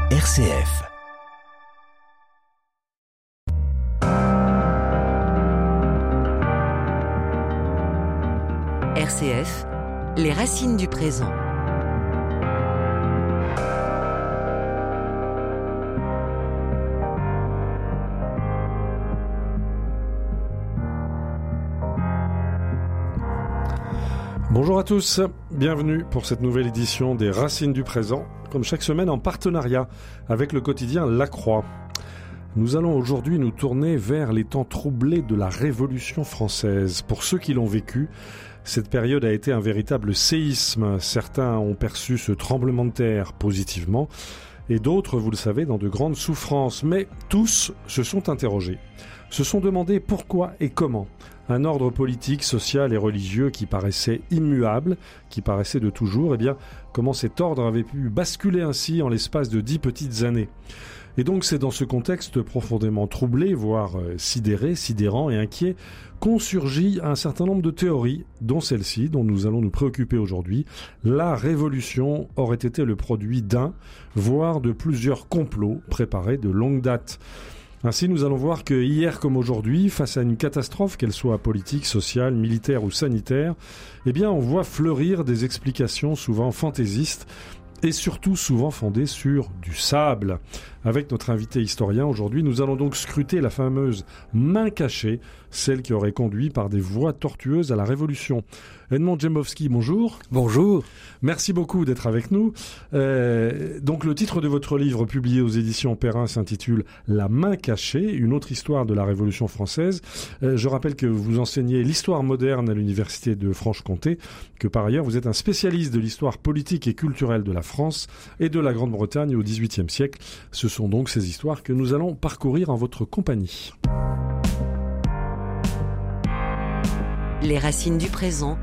RCF. RCF, les racines du présent. Bonjour à tous, bienvenue pour cette nouvelle édition des Racines du présent, comme chaque semaine en partenariat avec le quotidien La Croix. Nous allons aujourd'hui nous tourner vers les temps troublés de la Révolution française. Pour ceux qui l'ont vécu, cette période a été un véritable séisme. Certains ont perçu ce tremblement de terre positivement et d'autres, vous le savez, dans de grandes souffrances. Mais tous se sont interrogés, se sont demandé pourquoi et comment un ordre politique, social et religieux qui paraissait immuable, qui paraissait de toujours, comment cet ordre avait pu basculer ainsi en l'espace de 10 petites années. Et donc c'est dans ce contexte profondément troublé, voire sidérant et inquiet, qu'ont surgi un certain nombre de théories, dont celle-ci, dont nous allons nous préoccuper aujourd'hui. La Révolution aurait été le produit d'un, voire de plusieurs complots préparés de longue date. Ainsi, nous allons voir que hier comme aujourd'hui, face à une catastrophe, qu'elle soit politique, sociale, militaire ou sanitaire, on voit fleurir des explications souvent fantaisistes et surtout souvent fondées sur du sable. Avec notre invité historien aujourd'hui, nous allons donc scruter la fameuse main cachée, celle qui aurait conduit par des voies tortueuses à la Révolution. Edmond Djembowski, bonjour. Bonjour. Merci beaucoup d'être avec nous. Donc le titre de votre livre publié aux éditions Perrin s'intitule « La main cachée, une autre histoire de la Révolution française ». Je rappelle que vous enseignez l'histoire moderne à l'Université de Franche-Comté, que par ailleurs vous êtes un spécialiste de l'histoire politique et culturelle de la France et de la Grande-Bretagne au XVIIIe siècle. Ce sont donc ces histoires que nous allons parcourir en votre compagnie. Les racines du présent.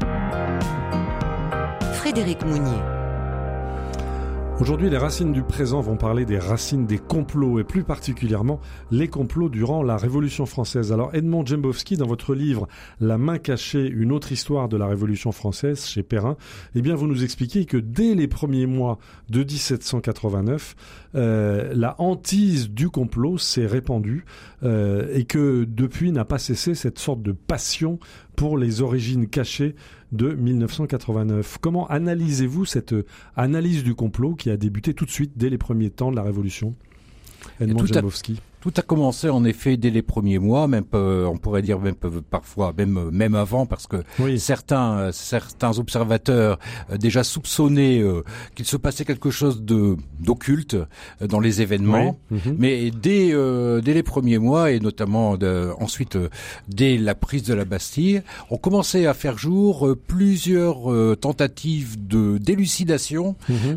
Frédéric Mounier. Aujourd'hui, les racines du présent vont parler des racines des complots et plus particulièrement les complots durant la Révolution française. Alors Edmond Djembowski, dans votre livre « La main cachée, une autre histoire de la Révolution française » chez Perrin, vous nous expliquez que dès les premiers mois de 1789, la hantise du complot s'est répandue et que depuis n'a pas cessé cette sorte de passion pour les origines cachées de 1989. Comment analysez-vous cette analyse du complot qui a débuté tout de suite dès les premiers temps de la Révolution ? Edmond Djembowski. Tout a commencé en effet dès les premiers mois, même on pourrait dire même parfois même avant, parce que oui. Certains observateurs déjà soupçonnaient qu'il se passait quelque chose d'occulte dans les événements. Oui. Mm-hmm. Mais dès les premiers mois et notamment ensuite dès la prise de la Bastille, on commençait à faire jour plusieurs tentatives d'élucidation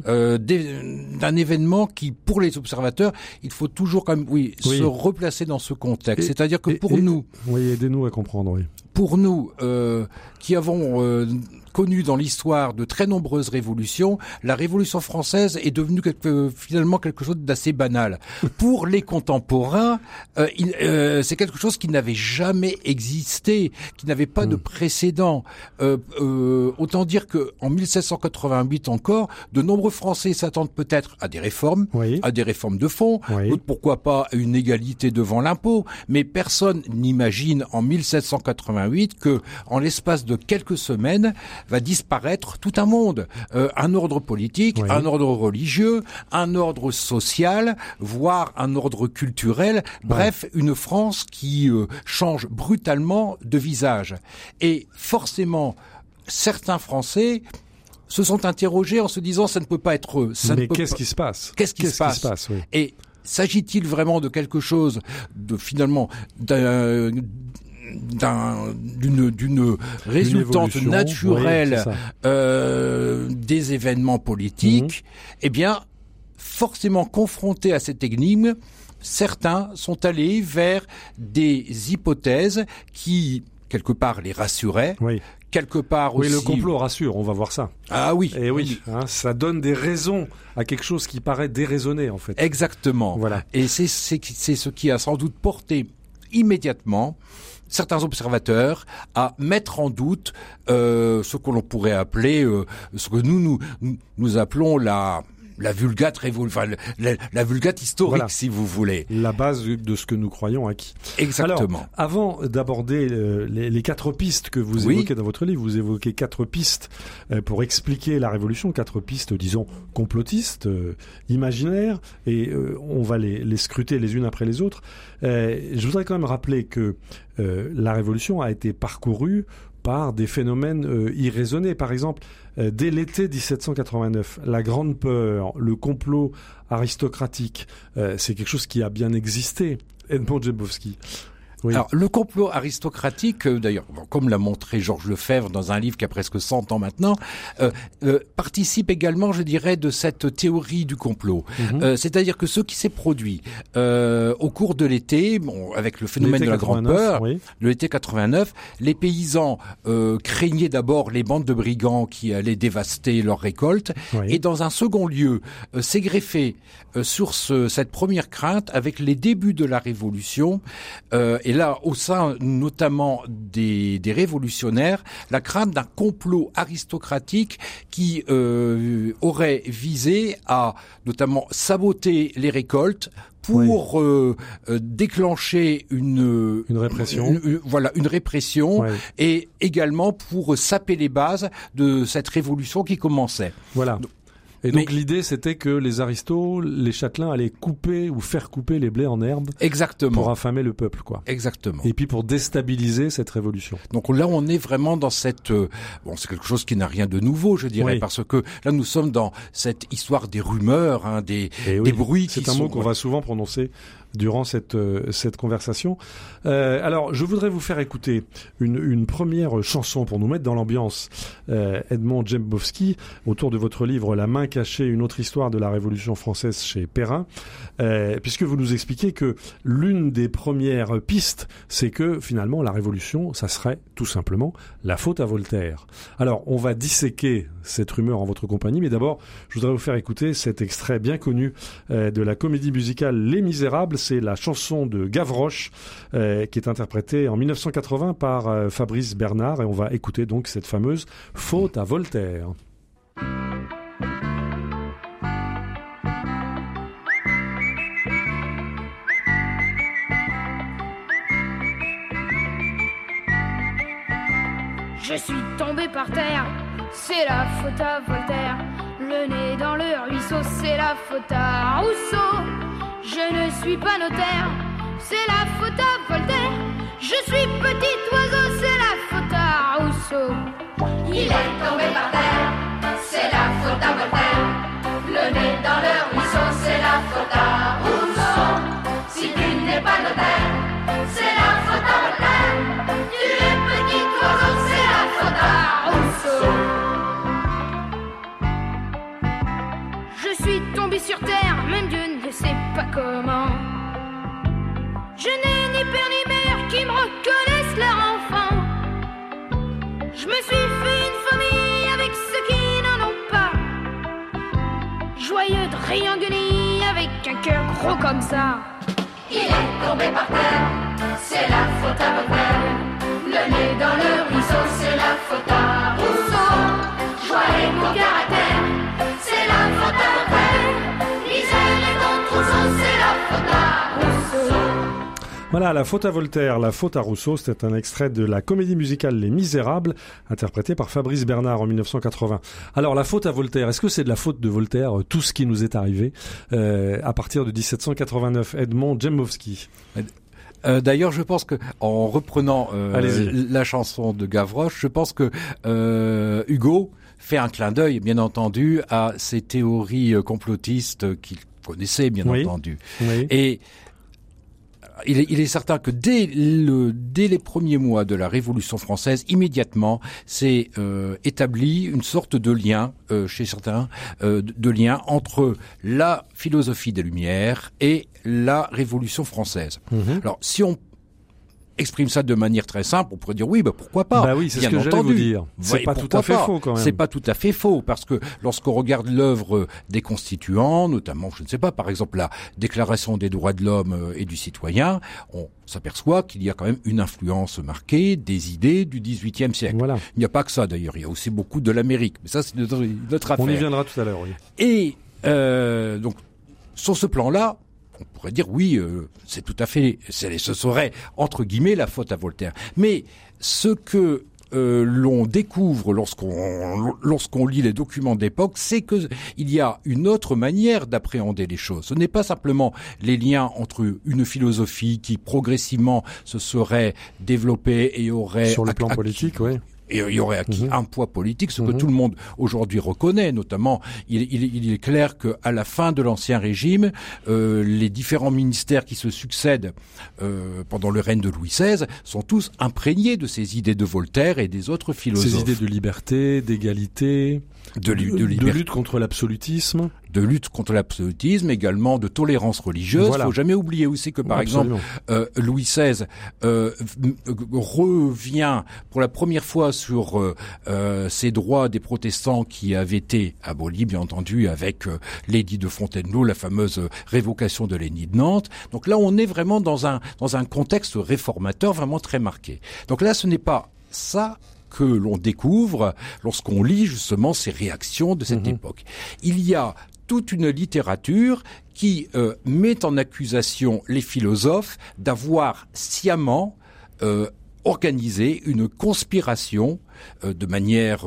d'un événement qui, pour les observateurs, il faut toujours quand même se replacer dans ce contexte. C'est-à-dire que pour nous... Oui, aidez-nous à comprendre, oui. Pour nous, qui avons connu dans l'histoire de très nombreuses révolutions, la Révolution française est devenue finalement quelque chose d'assez banal. Pour les contemporains, c'est quelque chose qui n'avait jamais existé, qui n'avait pas de précédent. Autant dire que en 1788 encore, de nombreux Français s'attendent peut-être à des réformes, à des réformes de fond, d'autres pourquoi pas à une égalité devant l'impôt, mais personne n'imagine en 1788 que, en l'espace de quelques semaines, va disparaître tout un monde, un ordre politique, un ordre religieux, un ordre social, voire un ordre culturel, bref, une France qui change brutalement de visage. Et forcément, certains Français se sont interrogés en se disant ça ne peut pas être eux. Mais qu'est-ce qui se passe ? Qu'est-ce qui se passe oui. Et s'agit-il vraiment de quelque chose de finalement d'une résultante naturelle des événements politiques, forcément confrontés à cette énigme, certains sont allés vers des hypothèses qui, quelque part, les rassuraient, quelque part aussi... Oui, le complot rassure, on va voir ça. Ah oui. Et oui, ça donne des raisons à quelque chose qui paraît déraisonné, en fait. Exactement. Voilà. Et c'est ce qui a sans doute porté immédiatement certains observateurs à mettre en doute ce que l'on pourrait appeler, ce que nous appelons la vulgate la vulgate historique, Voilà. si vous voulez. La base de ce que nous croyons acquis. Exactement. Alors, avant d'aborder les 4 pistes que vous Oui. évoquez dans votre livre, vous évoquez 4 pistes pour expliquer la Révolution, 4 pistes, disons, complotistes, imaginaires, et on va les scruter les unes après les autres. Je voudrais quand même rappeler que la Révolution a été parcourue par des phénomènes irraisonnés. Par exemple, dès l'été 1789, la Grande Peur, le complot aristocratique, c'est quelque chose qui a bien existé. Edmond Djembowski. Oui. Alors, le complot aristocratique, d'ailleurs, comme l'a montré Georges Lefebvre dans un livre qui a presque 100 ans maintenant, participe également, je dirais, de cette théorie du complot. C'est-à-dire que ce qui s'est produit au cours de l'été, avec le phénomène de la Grande Peur, oui. de l'été 89, les paysans craignaient d'abord les bandes de brigands qui allaient dévaster leurs récoltes, Oui. et dans un second lieu, s'est greffé sur cette première crainte avec les débuts de la Révolution, et là, au sein notamment des révolutionnaires, la crainte d'un complot aristocratique qui aurait visé à notamment saboter les récoltes pour déclencher une répression. Une répression, Ouais. et également pour saper les bases de cette révolution qui commençait. Voilà. Et donc Mais- l'idée, c'était que les aristos, les châtelains allaient couper ou faire couper les blés en herbe Exactement. pour affamer le peuple, quoi. Exactement. Et puis pour déstabiliser cette révolution. Donc là, on est vraiment dans cette... c'est quelque chose qui n'a rien de nouveau, je dirais, Oui. parce que là, nous sommes dans cette histoire des rumeurs, des Et oui, bruits qui c'est un sont... mot qu'on va souvent prononcer durant cette conversation. Alors, je voudrais vous faire écouter une première chanson pour nous mettre dans l'ambiance. Edmond Djembowski, autour de votre livre La main cachée, une autre histoire de la Révolution française chez Perrin, puisque vous nous expliquez que l'une des premières pistes, c'est que finalement la Révolution, ça serait tout simplement la faute à Voltaire. Alors, on va disséquer cette rumeur en votre compagnie, mais d'abord, je voudrais vous faire écouter cet extrait bien connu de la comédie musicale Les Misérables. C'est la chanson de Gavroche qui est interprétée en 1980 par Fabrice Bernard, et on va écouter donc cette fameuse faute à Voltaire. Je suis tombé par terre, c'est la faute à Voltaire. Le nez dans le ruisseau, c'est la faute à Rousseau. Je ne suis pas notaire, c'est la faute à Voltaire. Je suis petit oiseau, c'est la faute à Rousseau. Il est tombé par terre, c'est la faute à Voltaire. Le nez dans le ruisseau, c'est la faute à Rousseau. Si tu n'es pas notaire, c'est la faute à Voltaire. Tu es petit oiseau, c'est la faute à Rousseau. Je suis tombé sur terre, même Dieu ne sait pas comment. Je n'ai ni père ni mère qui me reconnaissent leur enfant. Je me suis fait une famille avec ceux qui n'en ont pas. Joyeux triangulis avec un cœur gros comme ça. Il est tombé par terre, c'est la faute à Voltaire. Le nez dans le ruisseau, c'est la faute à Rousseau. Joie et bon caractère, c'est la faute à Voltaire. Misère et ton trousseau, c'est la faute à Rousseau. Voilà, la faute à Voltaire, la faute à Rousseau, c'était un extrait de la comédie musicale Les Misérables, interprétée par Fabrice Bernard en 1980. Alors, la faute à Voltaire, est-ce que c'est de la faute de Voltaire, tout ce qui nous est arrivé à partir de 1789? Edmond Djembowski. D'ailleurs, je pense que en reprenant Allez-y. la chanson de Gavroche, je pense que Hugo fait un clin d'œil, bien entendu, à ces théories complotistes qu'il connaissait, bien Oui. entendu. Oui. Et il est certain que dès les premiers mois de la Révolution française, immédiatement, s'est établi une sorte de lien chez certains, de lien entre la philosophie des Lumières et la Révolution française. Alors, si on exprime ça de manière très simple, on pourrait dire oui, pourquoi pas. Bah oui, c'est ce bien que j'allais entendu. vous dire. C'est Ouais, pas tout pourquoi à fait pas. faux, quand même. C'est pas tout à fait faux, parce que lorsqu'on regarde l'œuvre des constituants, notamment, je ne sais pas, par exemple la Déclaration des droits de l'homme et du citoyen, on s'aperçoit qu'il y a quand même une influence marquée des idées du XVIIIe siècle. Voilà. Il n'y a pas que ça d'ailleurs, il y a aussi beaucoup de l'Amérique, mais ça c'est notre affaire. On y viendra tout à l'heure, oui. Et Donc, sur ce plan-là, on pourrait dire oui, c'est tout à fait, ce serait entre guillemets la faute à Voltaire. Mais ce que l'on découvre lorsqu'on lit les documents d'époque, c'est que il y a une autre manière d'appréhender les choses. Ce n'est pas simplement les liens entre une philosophie qui progressivement se serait développée et aurait sur le plan politique, oui. Et il y aurait acquis un poids politique, ce que tout le monde aujourd'hui reconnaît. Notamment, il est clair qu'à la fin de l'Ancien Régime, les différents ministères qui se succèdent pendant le règne de Louis XVI sont tous imprégnés de ces idées de Voltaire et des autres philosophes. Ces idées de liberté, d'égalité, de lutte contre l'absolutisme. De lutte contre l'absolutisme, également de tolérance religieuse. Voilà. Faut jamais oublier aussi que, par exemple, Louis XVI revient pour la première fois sur ces droits des protestants qui avaient été abolis, bien entendu, avec l'édit de Fontainebleau, la fameuse révocation de l'édit de Nantes. Donc là, on est vraiment dans un contexte réformateur vraiment très marqué. Donc là, ce n'est pas ça que l'on découvre lorsqu'on lit justement ces réactions de cette époque. Il y a toute une littérature qui met en accusation les philosophes d'avoir sciemment organisé une conspiration de manière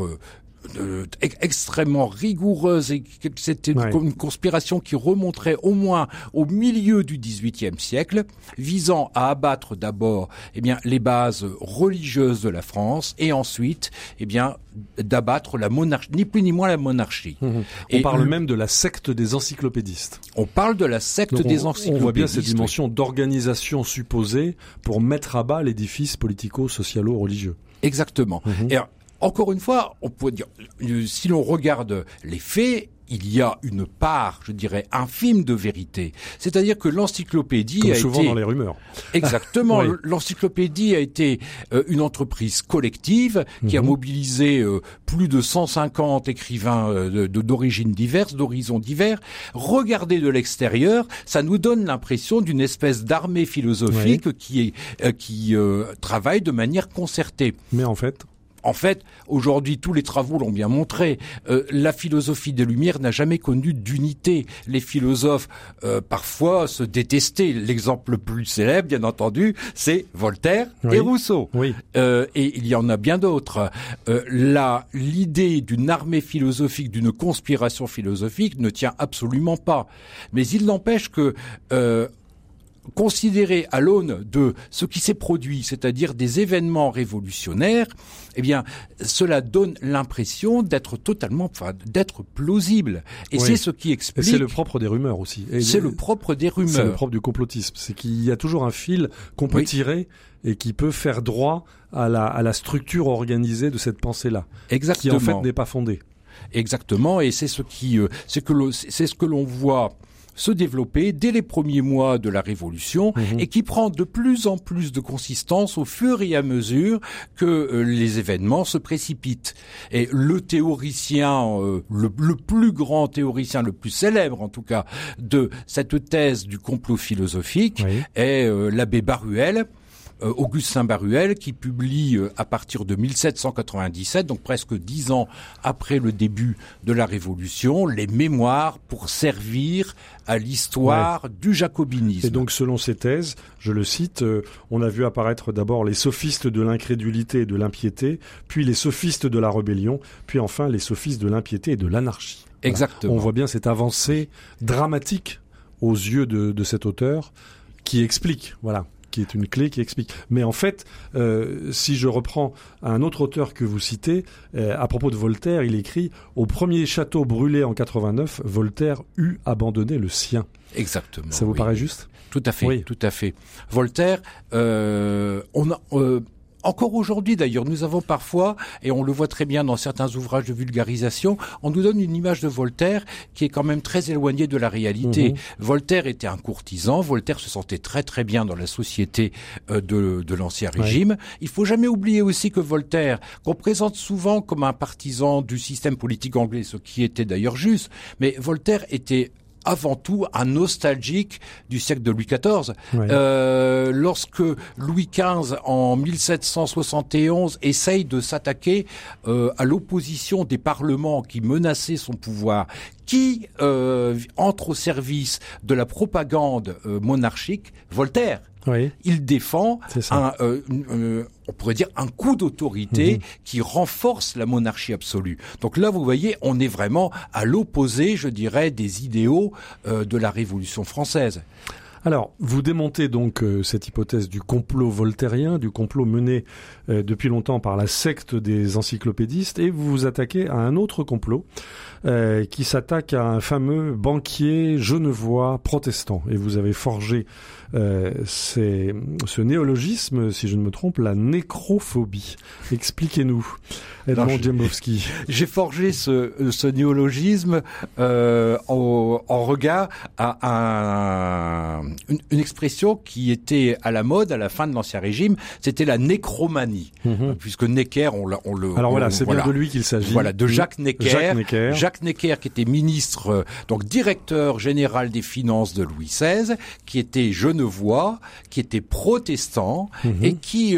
extrêmement rigoureuse, et c'était une conspiration qui remonterait au moins au milieu du XVIIIe siècle, visant à abattre d'abord les bases religieuses de la France et ensuite d'abattre la monarchie, ni plus ni moins la monarchie. On parle même de la secte des encyclopédistes. On parle de la secte des encyclopédistes. On voit bien cette dimension d'organisation supposée pour mettre à bas l'édifice politico-socialo-religieux. Exactement. Et alors, encore une fois, on peut dire, si l'on regarde les faits, il y a une part, je dirais, infime de vérité. C'est-à-dire que l'encyclopédie comme souvent dans les rumeurs. Exactement. L'encyclopédie a été une entreprise collective qui a mobilisé plus de 150 écrivains d'origines diverses, d'horizons divers. Regardez de l'extérieur, ça nous donne l'impression d'une espèce d'armée philosophique qui travaille de manière concertée. Mais en fait, aujourd'hui, tous les travaux l'ont bien montré. La philosophie des Lumières n'a jamais connu d'unité. Les philosophes, parfois, se détestaient. L'exemple le plus célèbre, bien entendu, c'est Voltaire et Rousseau. Oui. Et il y en a bien d'autres. L'idée d'une armée philosophique, d'une conspiration philosophique ne tient absolument pas. Mais il n'empêche que considéré à l'aune de ce qui s'est produit, c'est-à-dire des événements révolutionnaires, cela donne l'impression d'être d'être plausible. Et c'est ce qui explique. Et c'est le propre des rumeurs aussi. C'est le propre des rumeurs. C'est le propre du complotisme. C'est qu'il y a toujours un fil qu'on peut tirer et qui peut faire droit à la structure organisée de cette pensée-là. Exactement. Qui en fait n'est pas fondée. Exactement. Et c'est ce que l'on voit se développer dès les premiers mois de la Révolution et qui prend de plus en plus de consistance au fur et à mesure que les événements se précipitent. Et le théoricien, le plus grand théoricien, le plus célèbre en tout cas, de cette thèse du complot philosophique est l'abbé Baruel, Augustin Baruel, qui publie à partir de 1797, donc presque 10 ans après le début de la Révolution, les mémoires pour servir à l'histoire du jacobinisme. Et donc, selon ces thèses, je le cite, on a vu apparaître d'abord les sophistes de l'incrédulité et de l'impiété, puis les sophistes de la rébellion, puis enfin les sophistes de l'impiété et de l'anarchie. Voilà. Exactement. On voit bien cette avancée dramatique aux yeux de cet auteur qui explique, qui est une clé qui explique. Mais en fait, si je reprends un autre auteur que vous citez, à propos de Voltaire, il écrit « Au premier château brûlé en 89, Voltaire eut abandonné le sien ». Exactement. Ça vous paraît juste ? Tout à fait, tout à fait. Voltaire, encore aujourd'hui d'ailleurs, nous avons parfois, et on le voit très bien dans certains ouvrages de vulgarisation, on nous donne une image de Voltaire qui est quand même très éloignée de la réalité. Voltaire était un courtisan, Voltaire se sentait très très bien dans la société de l'Ancien Régime. Il faut jamais oublier aussi que Voltaire, qu'on présente souvent comme un partisan du système politique anglais, ce qui était d'ailleurs juste, mais Voltaire était avant tout un nostalgique du siècle de Louis XIV. Lorsque Louis XV, en 1771, essaye de s'attaquer à l'opposition des parlements qui menaçaient son pouvoir, qui entre au service de la propagande monarchique. Voltaire. Oui. Il défend on pourrait dire un coup d'autorité qui renforce la monarchie absolue. Donc là, vous voyez, on est vraiment à l'opposé, je dirais, des idéaux de la Révolution française. Alors, vous démontez donc cette hypothèse du complot voltairien, du complot mené depuis longtemps par la secte des encyclopédistes, et vous vous attaquez à un autre complot qui s'attaque à un fameux banquier genevois protestant. Et vous avez forgé ce néologisme, si je ne me trompe, la nécrophobie. Expliquez-nous, Edmond Djembowski. J'ai forgé ce néologisme en regard à une expression qui était à la mode à la fin de l'Ancien Régime, c'était la nécromanie. Puisque Necker, Alors voilà, c'est bien de lui qu'il s'agit. Voilà, de Jacques Necker. Jacques Necker, qui était ministre, donc directeur général des finances de Louis XVI, qui était genevois, qui était protestant et qui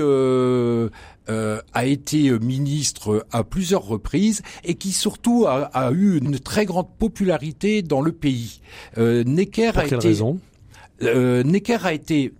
a été ministre à plusieurs reprises et qui surtout a eu une très grande popularité dans le pays. Necker Pour quelle raison ? Necker a été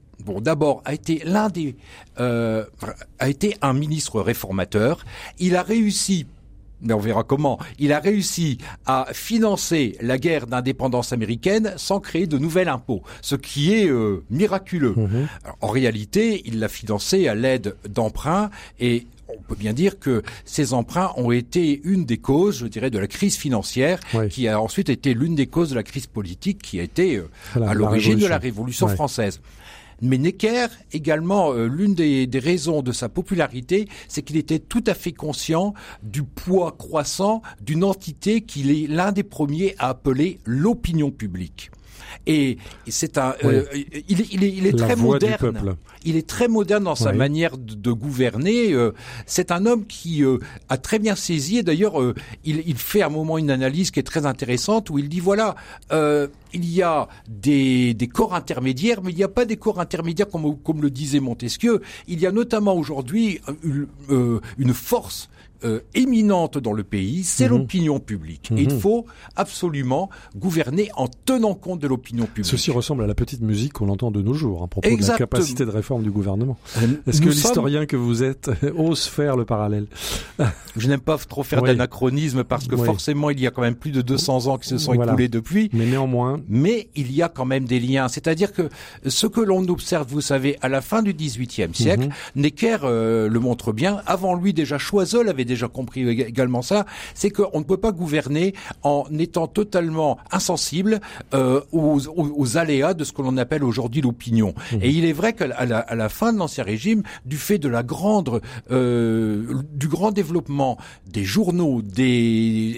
a été un ministre réformateur. Il a réussi, mais on verra comment, il a réussi à financer la guerre d'indépendance américaine sans créer de nouvel impôt, ce qui est miraculeux. Alors, en réalité, il l'a financé à l'aide d'emprunts et on peut bien dire que ces emprunts ont été une des causes, je dirais, de la crise financière, qui a ensuite été l'une des causes de la crise politique qui a été à l'origine de la Révolution française. Mais Necker, également, l'une des raisons de sa popularité, c'est qu'il était tout à fait conscient du poids croissant d'une entité qu'il est l'un des premiers à appeler l'opinion publique. Et c'est il est très moderne. Il est très moderne dans sa manière de gouverner. C'est un homme qui a très bien saisi. Et d'ailleurs, il fait à un moment une analyse qui est très intéressante où il dit voilà, il y a des corps intermédiaires, mais il n'y a pas des corps intermédiaires comme le disait Montesquieu. Il y a notamment aujourd'hui une force éminente dans le pays, c'est l'opinion publique. Et il faut absolument gouverner en tenant compte de l'opinion publique. Ceci ressemble à la petite musique qu'on entend de nos jours, à propos de la capacité de réforme du gouvernement. Est-ce que l'historien que vous êtes ose faire le parallèle ? Je n'aime pas trop faire d'anachronisme parce que forcément il y a quand même plus de 200 ans qui se sont écoulés depuis. Mais néanmoins. Mais il y a quand même des liens. C'est-à-dire que ce que l'on observe, vous savez, à la fin du XVIIIe siècle, Necker le montre bien. Avant lui, déjà Choiseul avait déjà compris également ça, c'est qu'on ne peut pas gouverner en étant totalement insensible aux aléas de ce que l'on appelle aujourd'hui l'opinion. Et il est vrai qu'à la fin de l'Ancien Régime, du fait de du grand développement des journaux, des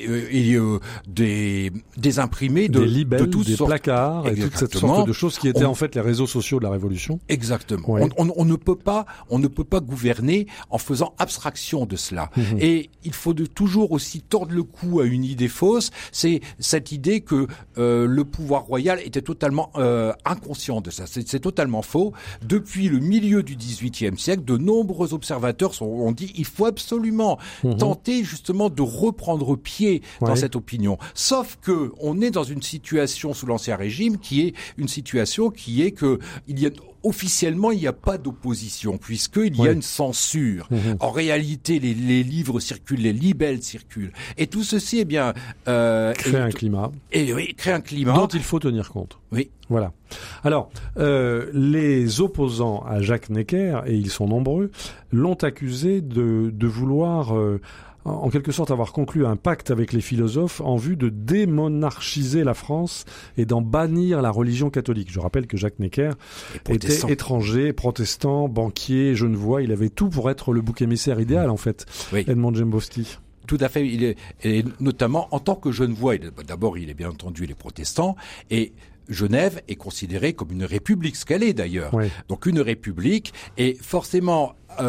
imprimés, des libelles, de des placards et toute cette sorte de choses qui étaient en fait les réseaux sociaux de la Révolution. Exactement. On ne peut pas gouverner en faisant abstraction de cela. Et il faut toujours aussi tordre le cou à une idée fausse, c'est cette idée que le pouvoir royal était totalement inconscient de ça. C'est totalement faux. Depuis le milieu du XVIIIe siècle, de nombreux observateurs ont dit il faut absolument tenter justement de reprendre pied dans cette opinion. Sauf que on est dans une situation sous l'Ancien Régime qui est une situation qui est que officiellement, il n'y a pas d'opposition puisqu'il y a une censure. En réalité, les livres circulent, les libelles circulent. Et tout ceci, eh bien... crée un climat. Crée un climat. Dont il faut tenir compte. Oui. Voilà. Alors, les opposants à Jacques Necker, et ils sont nombreux, l'ont accusé de vouloir... en quelque sorte avoir conclu un pacte avec les philosophes en vue de démonarchiser la France et d'en bannir la religion catholique. Je rappelle que Jacques Necker était étranger, protestant, banquier, genevois, il avait tout pour être le bouc émissaire idéal en fait. Edmond Djembowski. Tout à fait, et notamment en tant que genevois, d'abord il est bien entendu les protestants, et Genève est considérée comme une république, ce qu'elle est d'ailleurs. Donc une république, et forcément...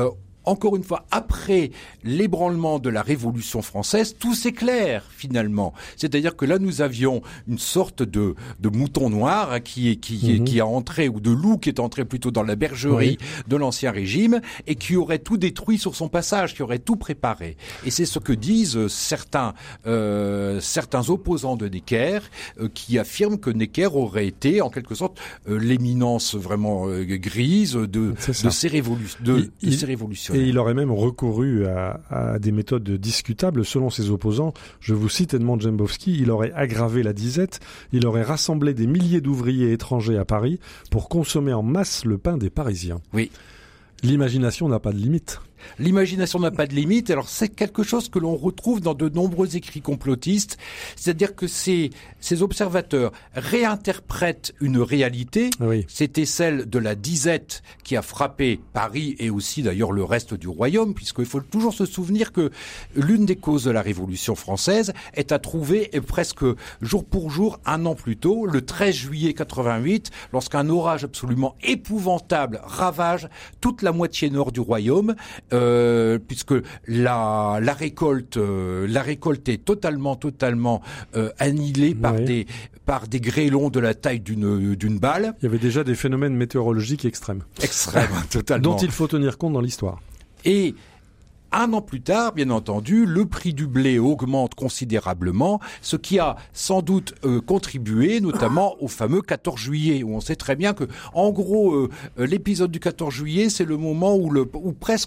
encore une fois, après l'ébranlement de la Révolution française, tout s'éclaire finalement. C'est-à-dire que là, nous avions une sorte de mouton noir qui a entré, ou de loup qui est entré plutôt dans la bergerie de l'Ancien Régime et qui aurait tout détruit sur son passage, qui aurait tout préparé. Et c'est ce que disent certains opposants de Necker qui affirment que Necker aurait été en quelque sorte l'éminence vraiment grise de ces révolutionnaires. Et il aurait même recouru à des méthodes discutables. Selon ses opposants, je vous cite Edmond Djembowski, il aurait aggravé la disette, il aurait rassemblé des milliers d'ouvriers étrangers à Paris pour consommer en masse le pain des Parisiens. Oui. L'imagination n'a pas de limite. L'imagination n'a pas de limite. Alors c'est quelque chose que l'on retrouve dans de nombreux écrits complotistes. C'est-à-dire que ces observateurs réinterprètent une réalité. Oui. C'était celle de la disette qui a frappé Paris et aussi d'ailleurs le reste du royaume, puisqu'il faut toujours se souvenir que l'une des causes de la Révolution française est à trouver presque jour pour jour, un an plus tôt, le 13 juillet 88, lorsqu'un orage absolument épouvantable ravage toute la moitié nord du royaume. Puisque la récolte est totalement annihilée par des grêlons de la taille d'une balle. Il y avait déjà des phénomènes météorologiques extrêmes. Totalement. Dont il faut tenir compte dans l'histoire. Et un an plus tard, bien entendu, le prix du blé augmente considérablement, ce qui a sans doute contribué notamment au fameux 14 juillet, où on sait très bien que, en gros, l'épisode du 14 juillet, c'est le moment où le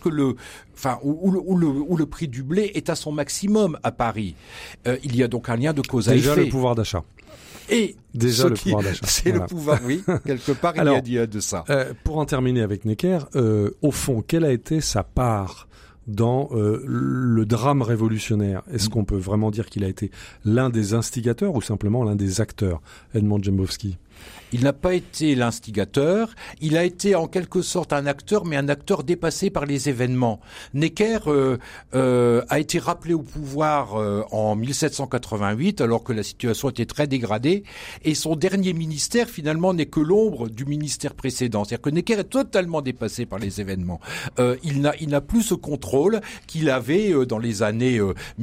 prix du blé est à son maximum à Paris. Il y a donc un lien de cause à effet. Déjà le pouvoir d'achat. Et pouvoir d'achat. C'est voilà. Le pouvoir, oui, quelque part, il y a de ça. Pour en terminer avec Necker, au fond, quelle a été sa part dans le drame révolutionnaire? Est-ce qu'on peut vraiment dire qu'il a été l'un des instigateurs ou simplement l'un des acteurs, Edmond Djembowski? Il n'a pas été l'instigateur, il a été en quelque sorte un acteur, mais un acteur dépassé par les événements. Necker a été rappelé au pouvoir en 1788, alors que la situation était très dégradée, et son dernier ministère, finalement, n'est que l'ombre du ministère précédent. C'est-à-dire que Necker est totalement dépassé par les événements. Il n'a plus ce contrôle qu'il avait dans les années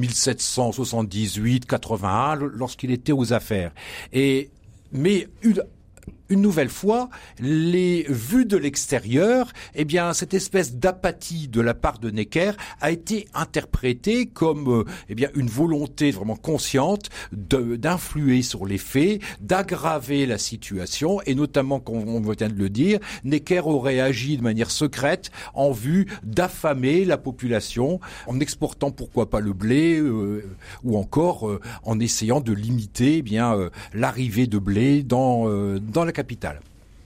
1778-81, lorsqu'il était aux affaires. Mais une nouvelle fois, les vues de l'extérieur, eh bien, cette espèce d'apathie de la part de Necker a été interprétée comme, une volonté vraiment consciente d'influer sur les faits, d'aggraver la situation, et notamment, comme on vient de le dire, Necker aurait agi de manière secrète en vue d'affamer la population, en exportant pourquoi pas le blé, ou encore en essayant de limiter, l'arrivée de blé dans la capitale.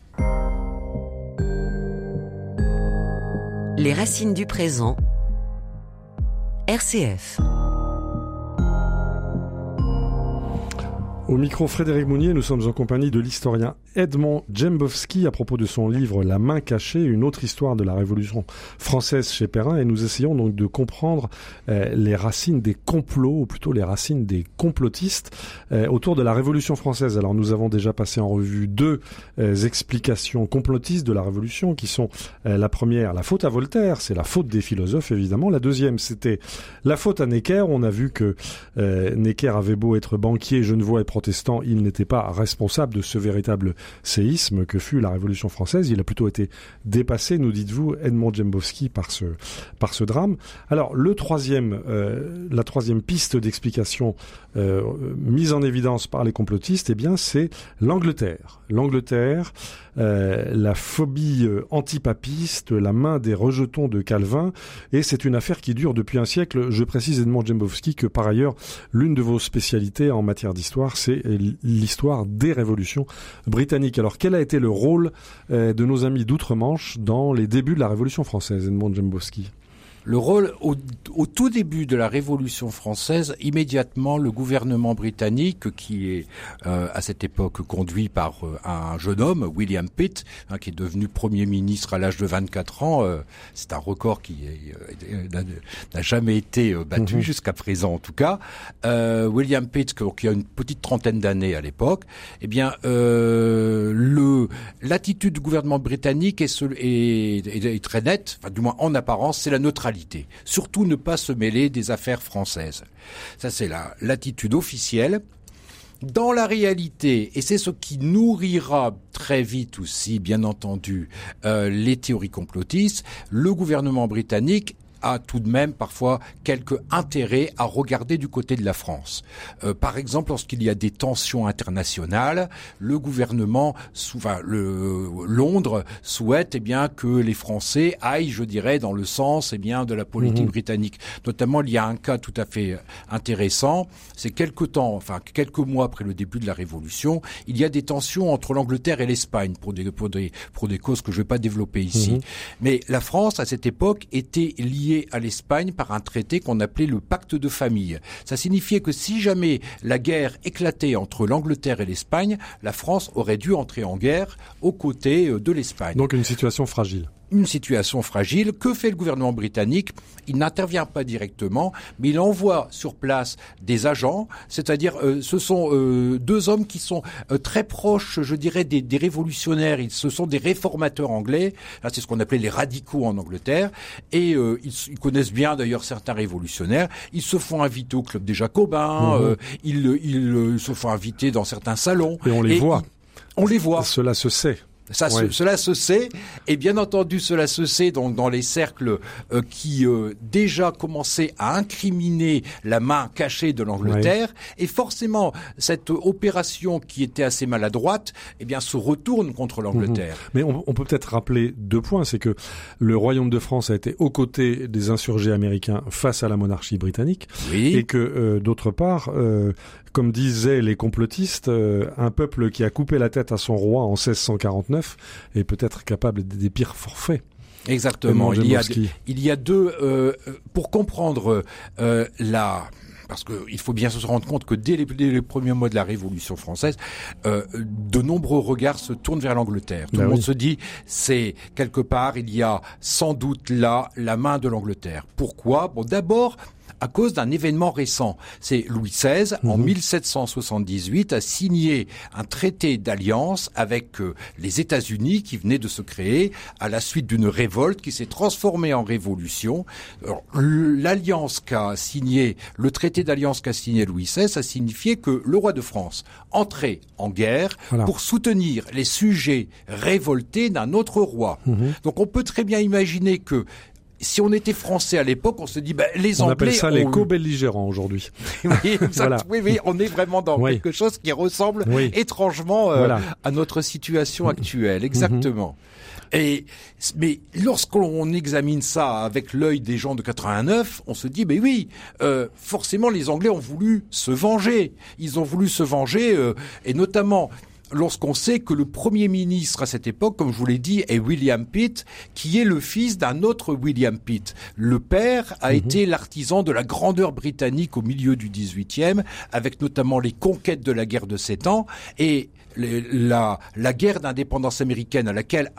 Les racines du présent. RCF. Au micro Frédéric Mounier, nous sommes en compagnie de l'historien Edmond Djembowski à propos de son livre La main cachée, une autre histoire de la Révolution française chez Perrin, et nous essayons donc de comprendre les racines des complots, ou plutôt les racines des complotistes autour de la Révolution française. Alors nous avons déjà passé en revue deux explications complotistes de la Révolution qui sont la première, la faute à Voltaire, c'est la faute des philosophes évidemment. La deuxième, c'était la faute à Necker. On a vu que Necker avait beau être banquier, genevois et protestant, il n'était pas responsable de ce véritable séisme que fut la Révolution française. Il a plutôt été dépassé, nous dites-vous, Edmond Djembowski, par ce drame. Alors, la troisième piste d'explication mise en évidence par les complotistes, c'est l'Angleterre. L'Angleterre, la phobie antipapiste, la main des rejetons de Calvin, et c'est une affaire qui dure depuis un siècle. Je précise, Edmond Djembowski, que par ailleurs, l'une de vos spécialités en matière d'histoire, c'est l'histoire des révolutions britanniques. Alors, quel a été le rôle de nos amis d'outre-Manche dans les débuts de la Révolution française, Edmond Djembowski ? Le rôle, au tout début de la Révolution française, immédiatement, le gouvernement britannique, qui est à cette époque conduit par un jeune homme, William Pitt, qui est devenu Premier ministre à l'âge de 24 ans, c'est un record qui n'a jamais été battu jusqu'à présent en tout cas. William Pitt, qui a une petite trentaine d'années à l'époque, eh bien, l'attitude du gouvernement britannique est très nette, enfin, du moins en apparence, c'est la neutralité. Surtout ne pas se mêler des affaires françaises. Ça, c'est l'attitude officielle. Dans la réalité, et c'est ce qui nourrira très vite aussi, bien entendu, les théories complotistes, le gouvernement britannique a tout de même parfois quelque intérêt à regarder du côté de la France. Par exemple, lorsqu'il y a des tensions internationales, le gouvernement, Londres souhaite que les Français aillent, je dirais, dans le sens de la politique britannique. Notamment, il y a un cas tout à fait intéressant, c'est quelques mois après le début de la Révolution, il y a des tensions entre l'Angleterre et l'Espagne pour des causes que je ne vais pas développer ici. Mais la France, à cette époque, était liée à l'Espagne par un traité qu'on appelait le pacte de famille. Ça signifiait que si jamais la guerre éclatait entre l'Angleterre et l'Espagne, la France aurait dû entrer en guerre aux côtés de l'Espagne. Donc une situation fragile. Une situation fragile. Que fait le gouvernement britannique ? Il n'intervient pas directement, mais il envoie sur place des agents, c'est-à-dire ce sont deux hommes qui sont très proches, je dirais, des révolutionnaires. Ce sont des réformateurs anglais. Là, c'est ce qu'on appelait les radicaux en Angleterre. Et ils connaissent bien d'ailleurs certains révolutionnaires. Ils se font inviter au club des Jacobins. Ils se font inviter dans certains salons. Et on les voit. On les voit. Cela se sait. Cela se sait, et bien entendu cela se sait donc dans les cercles qui déjà commençaient à incriminer la main cachée de l'Angleterre, et forcément cette opération qui était assez maladroite, se retourne contre l'Angleterre. Mais on peut peut-être rappeler 2 points, c'est que le Royaume de France a été aux côtés des insurgés américains face à la monarchie britannique, et que d'autre part, comme disaient les complotistes, un peuple qui a coupé la tête à son roi en 1649 est peut-être capable des pires forfaits. Exactement. Il y a deux pour comprendre parce qu'il faut bien se rendre compte que dès les premiers mois de la Révolution française, de nombreux regards se tournent vers l'Angleterre. Tout le monde se dit, c'est quelque part, il y a sans doute là la main de l'Angleterre. Pourquoi ? Bon, d'abord, à cause d'un événement récent. C'est Louis XVI, en 1778, a signé un traité d'alliance avec les États-Unis qui venaient de se créer à la suite d'une révolte qui s'est transformée en révolution. Alors, le traité d'alliance qu'a signé Louis XVI a signifié que le roi de France entrait en guerre pour soutenir les sujets révoltés d'un autre roi. Donc on peut très bien imaginer que si on était français à l'époque, on se dit, les Anglais... On appelle ça les co-belligérants aujourd'hui. Oui, on est vraiment dans quelque chose qui ressemble étrangement à notre situation actuelle. Exactement. Mais lorsqu'on examine ça avec l'œil des gens de 89, on se dit, forcément les Anglais ont voulu se venger. Ils ont voulu se venger, et notamment... lorsqu'on sait que le Premier ministre à cette époque, comme je vous l'ai dit, est William Pitt, qui est le fils d'un autre William Pitt. Le père a été l'artisan de la grandeur britannique au milieu du XVIIIe, avec notamment les conquêtes de la guerre de 7 ans, et la guerre d'indépendance américaine à laquelle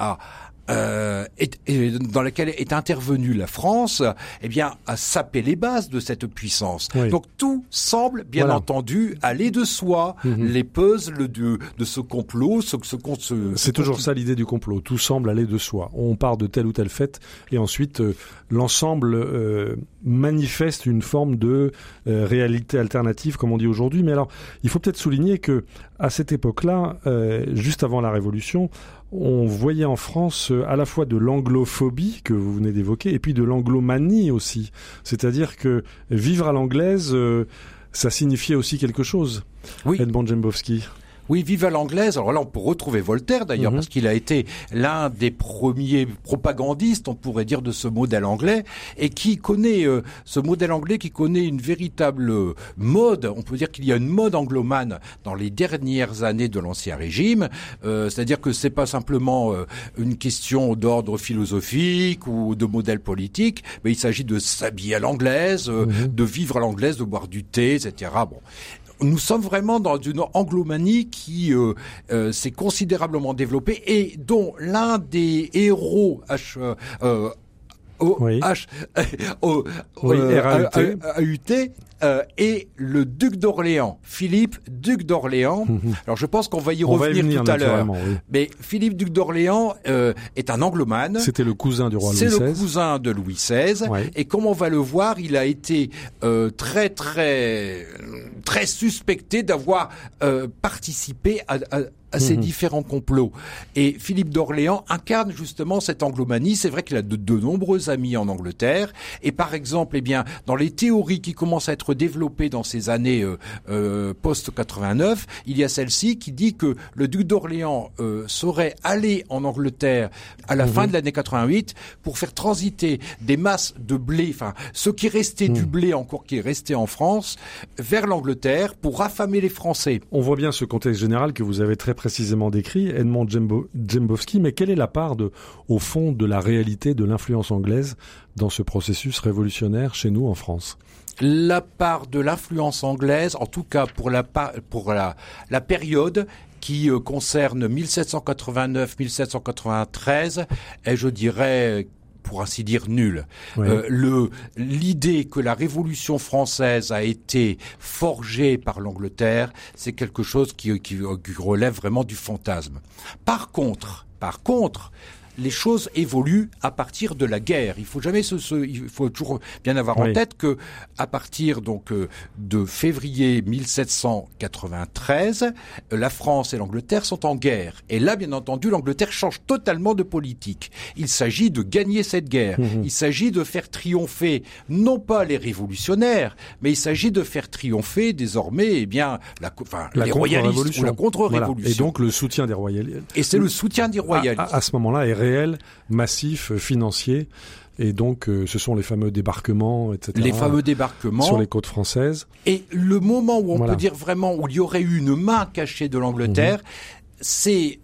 dans laquelle est intervenue la France, a sapé les bases de cette puissance. Donc tout semble, bien entendu, aller de soi. Les puzzles de ce complot, c'est toujours ça l'idée du complot. Tout semble aller de soi. On part de telle ou telle fête, et ensuite l'ensemble manifeste une forme de réalité alternative, comme on dit aujourd'hui. Mais alors, il faut peut-être souligner que à cette époque-là, juste avant la Révolution, on voyait en France à la fois de l'anglophobie que vous venez d'évoquer et puis de l'anglomanie aussi. C'est-à-dire que vivre à l'anglaise, ça signifiait aussi quelque chose. Edmond Jembowski. Oui, vive à l'anglaise. Alors là, on peut retrouver Voltaire d'ailleurs, parce qu'il a été l'un des premiers propagandistes, on pourrait dire, de ce modèle anglais, et qui connaît ce modèle anglais qui connaît une véritable mode. On peut dire qu'il y a une mode anglomane dans les dernières années de l'Ancien Régime. C'est-à-dire que c'est pas simplement une question d'ordre philosophique ou de modèle politique, mais il s'agit de s'habiller à l'anglaise, de vivre à l'anglaise, de boire du thé, etc. Bon. Nous sommes vraiment dans une anglomanie qui s'est considérablement développée et dont l'un des héros est le duc d'Orléans, Philippe, duc d'Orléans. Alors je pense qu'on va y revenir tout à l'heure. Oui. Mais Philippe, duc d'Orléans, est un anglomane. C'était le cousin du roi Louis XVI. C'est le cousin de Louis XVI. Ouais. Et comme on va le voir, il a été très suspecté d'avoir participé à ces différents complots. Et Philippe d'Orléans incarne justement cette anglomanie. C'est vrai qu'il a de nombreux amis en Angleterre. Et par exemple, eh bien, dans les théories qui commencent à être développées dans ces années post-89, il y a celle-ci qui dit que le duc d'Orléans serait allé en Angleterre à la fin de l'année 88 pour faire transiter des masses de blé, enfin, ce qui restait du blé encore qui est resté en France, vers l'Angleterre pour affamer les Français. On voit bien ce contexte général que vous avez très précisément décrit, Edmond Dżembowski, mais quelle est la part au fond de la réalité de l'influence anglaise dans ce processus révolutionnaire chez nous en France? La part de l'influence anglaise, en tout cas pour la période qui concerne 1789-1793, est, je dirais, pour ainsi dire, nul. Oui. L'idée que la Révolution française a été forgée par l'Angleterre, c'est quelque chose qui relève vraiment du fantasme. Par contre, les choses évoluent à partir de la guerre. Il faut toujours bien avoir en tête que à partir donc de février 1793, la France et l'Angleterre sont en guerre. Et là, bien entendu, l'Angleterre change totalement de politique. Il s'agit de gagner cette guerre. Il s'agit de faire triompher non pas les révolutionnaires, mais il s'agit de faire triompher désormais, les royalistes ou la contre-révolution. Voilà. Et donc le soutien des royalistes. Et c'est le soutien des royalistes. À ce moment-là est réel, massif, financier, et donc ce sont les fameux débarquements, etc. Les fameux débarquements sur les côtes françaises. Et le moment où on peut dire vraiment où il y aurait eu une main cachée de l'Angleterre, c'est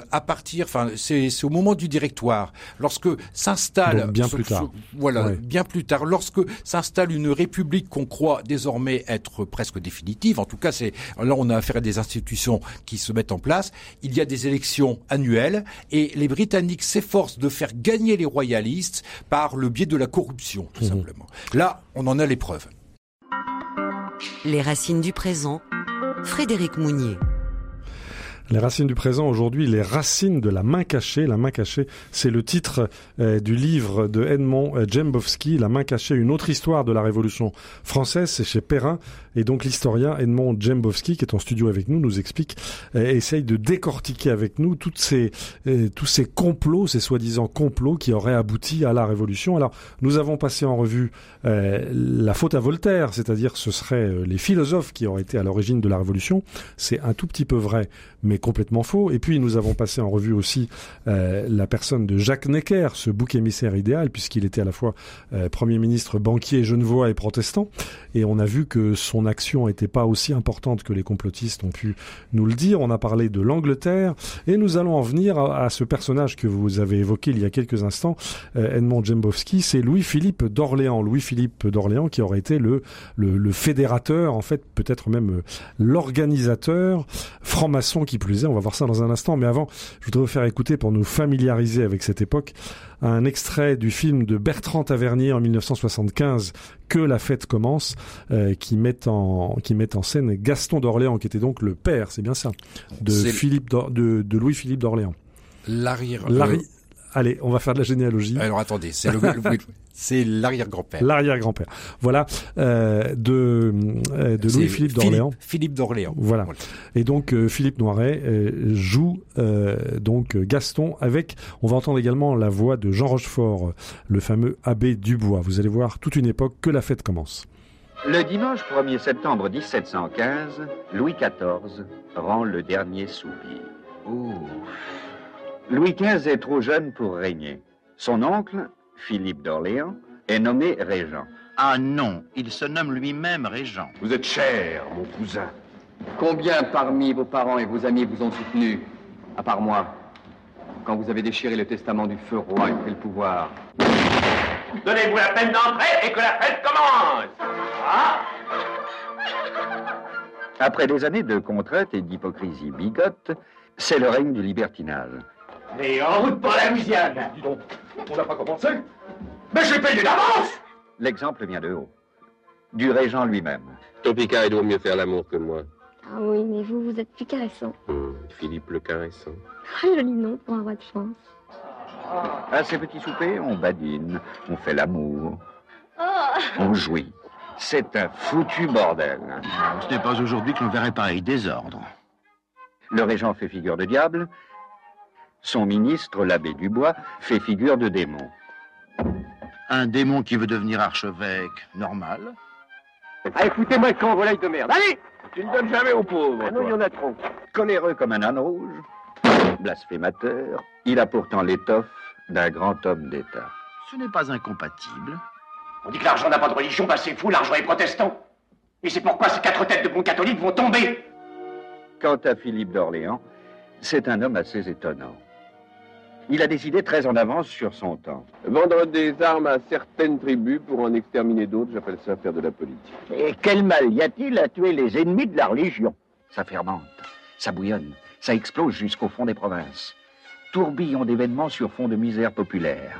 c'est au moment du Directoire, lorsque s'installe bien plus tard, lorsque s'installe une république qu'on croit désormais être presque définitive. En tout cas, là on a affaire à des institutions qui se mettent en place. Il y a des élections annuelles et les Britanniques s'efforcent de faire gagner les royalistes par le biais de la corruption, tout simplement. Là, on en a les preuves. Les racines du présent, Frédéric Mounier. Les racines du présent, aujourd'hui, les racines de la main cachée. La main cachée, c'est le titre du livre de Edmond Dżembowski, La main cachée, une autre histoire de la Révolution française. C'est chez Perrin. Et donc l'historien Edmond Dżembowski, qui est en studio avec nous, nous explique, essaye de décortiquer avec nous tous ces complots, ces soi-disant complots qui auraient abouti à la Révolution. Alors, nous avons passé en revue la faute à Voltaire, c'est-à-dire ce seraient les philosophes qui auraient été à l'origine de la Révolution. C'est un tout petit peu vrai, mais complètement faux. Et puis nous avons passé en revue aussi la personne de Jacques Necker, ce bouc émissaire idéal, puisqu'il était à la fois Premier ministre, banquier, genevois et protestant. Et on a vu que son action n'était pas aussi importante que les complotistes ont pu nous le dire. On a parlé de l'Angleterre et nous allons en venir à ce personnage que vous avez évoqué il y a quelques instants, Edmond Dżembowski, c'est Louis-Philippe d'Orléans. Louis-Philippe d'Orléans qui aurait été le fédérateur, en fait peut-être même l'organisateur, franc-maçon qui plus est. On va voir ça dans un instant, mais avant, je voudrais vous faire écouter pour nous familiariser avec cette époque un extrait du film de Bertrand Tavernier en 1975, Que la fête commence, qui met en scène Gaston d'Orléans, qui était donc le père, c'est bien ça, de Louis-Philippe d'Orléans. Allez, on va faire de la généalogie. Alors attendez, c'est l'arrière-grand-père. L'arrière-grand-père. Voilà, de Louis-Philippe d'Orléans. Philippe d'Orléans. Voilà. Et donc Philippe Noiret joue donc Gaston avec. On va entendre également la voix de Jean Rochefort, le fameux abbé Dubois. Vous allez voir toute une époque, Que la fête commence. Le dimanche 1er septembre 1715, Louis XIV rend le dernier soupir. Louis XV est trop jeune pour régner. Son oncle, Philippe d'Orléans, est nommé régent. Ah non, il se nomme lui-même régent. Vous êtes cher, mon cousin. Combien parmi vos parents et vos amis vous ont soutenu, à part moi, quand vous avez déchiré le testament du feu roi et pris le pouvoir? Donnez-vous la peine d'entrer et que la fête commence. Ah! Après des années de contrainte et d'hypocrisie bigote, c'est le règne du libertinage. Mais en route pour la Louisiane. Dis donc, on n'a pas commencé. Mais j'ai payé d'avance. L'exemple vient de haut, du régent lui-même. Ton Picard, il doit mieux faire l'amour que moi. Ah oui, mais vous êtes plus caressant. Philippe le caressant. Ah, joli nom pour un roi de France. À ces petits soupers, on badine, on fait l'amour, on jouit. C'est un foutu bordel. Ce n'est pas aujourd'hui que l'on verrait pareil désordre. Le régent fait figure de diable, son ministre, l'abbé Dubois, fait figure de démon. Un démon qui veut devenir archevêque, normal. Ah, écoutez-moi, quand volaille de merde. Allez! Tu ne donnes jamais aux pauvres. Ah non, il y en a trop. Coléreux comme un âne rouge, blasphémateur, il a pourtant l'étoffe d'un grand homme d'État. Ce n'est pas incompatible. On dit que l'argent n'a pas de religion, bah c'est fou, l'argent est protestant. Et c'est pourquoi ces 4 têtes de bons catholiques vont tomber. Quant à Philippe d'Orléans, c'est un homme assez étonnant. Il a des idées très en avance sur son temps. Vendre des armes à certaines tribus pour en exterminer d'autres, j'appelle ça faire de la politique. Et quel mal y a-t-il à tuer les ennemis de la religion? Ça fermente, ça bouillonne, ça explose jusqu'au fond des provinces. Tourbillon d'événements sur fond de misère populaire.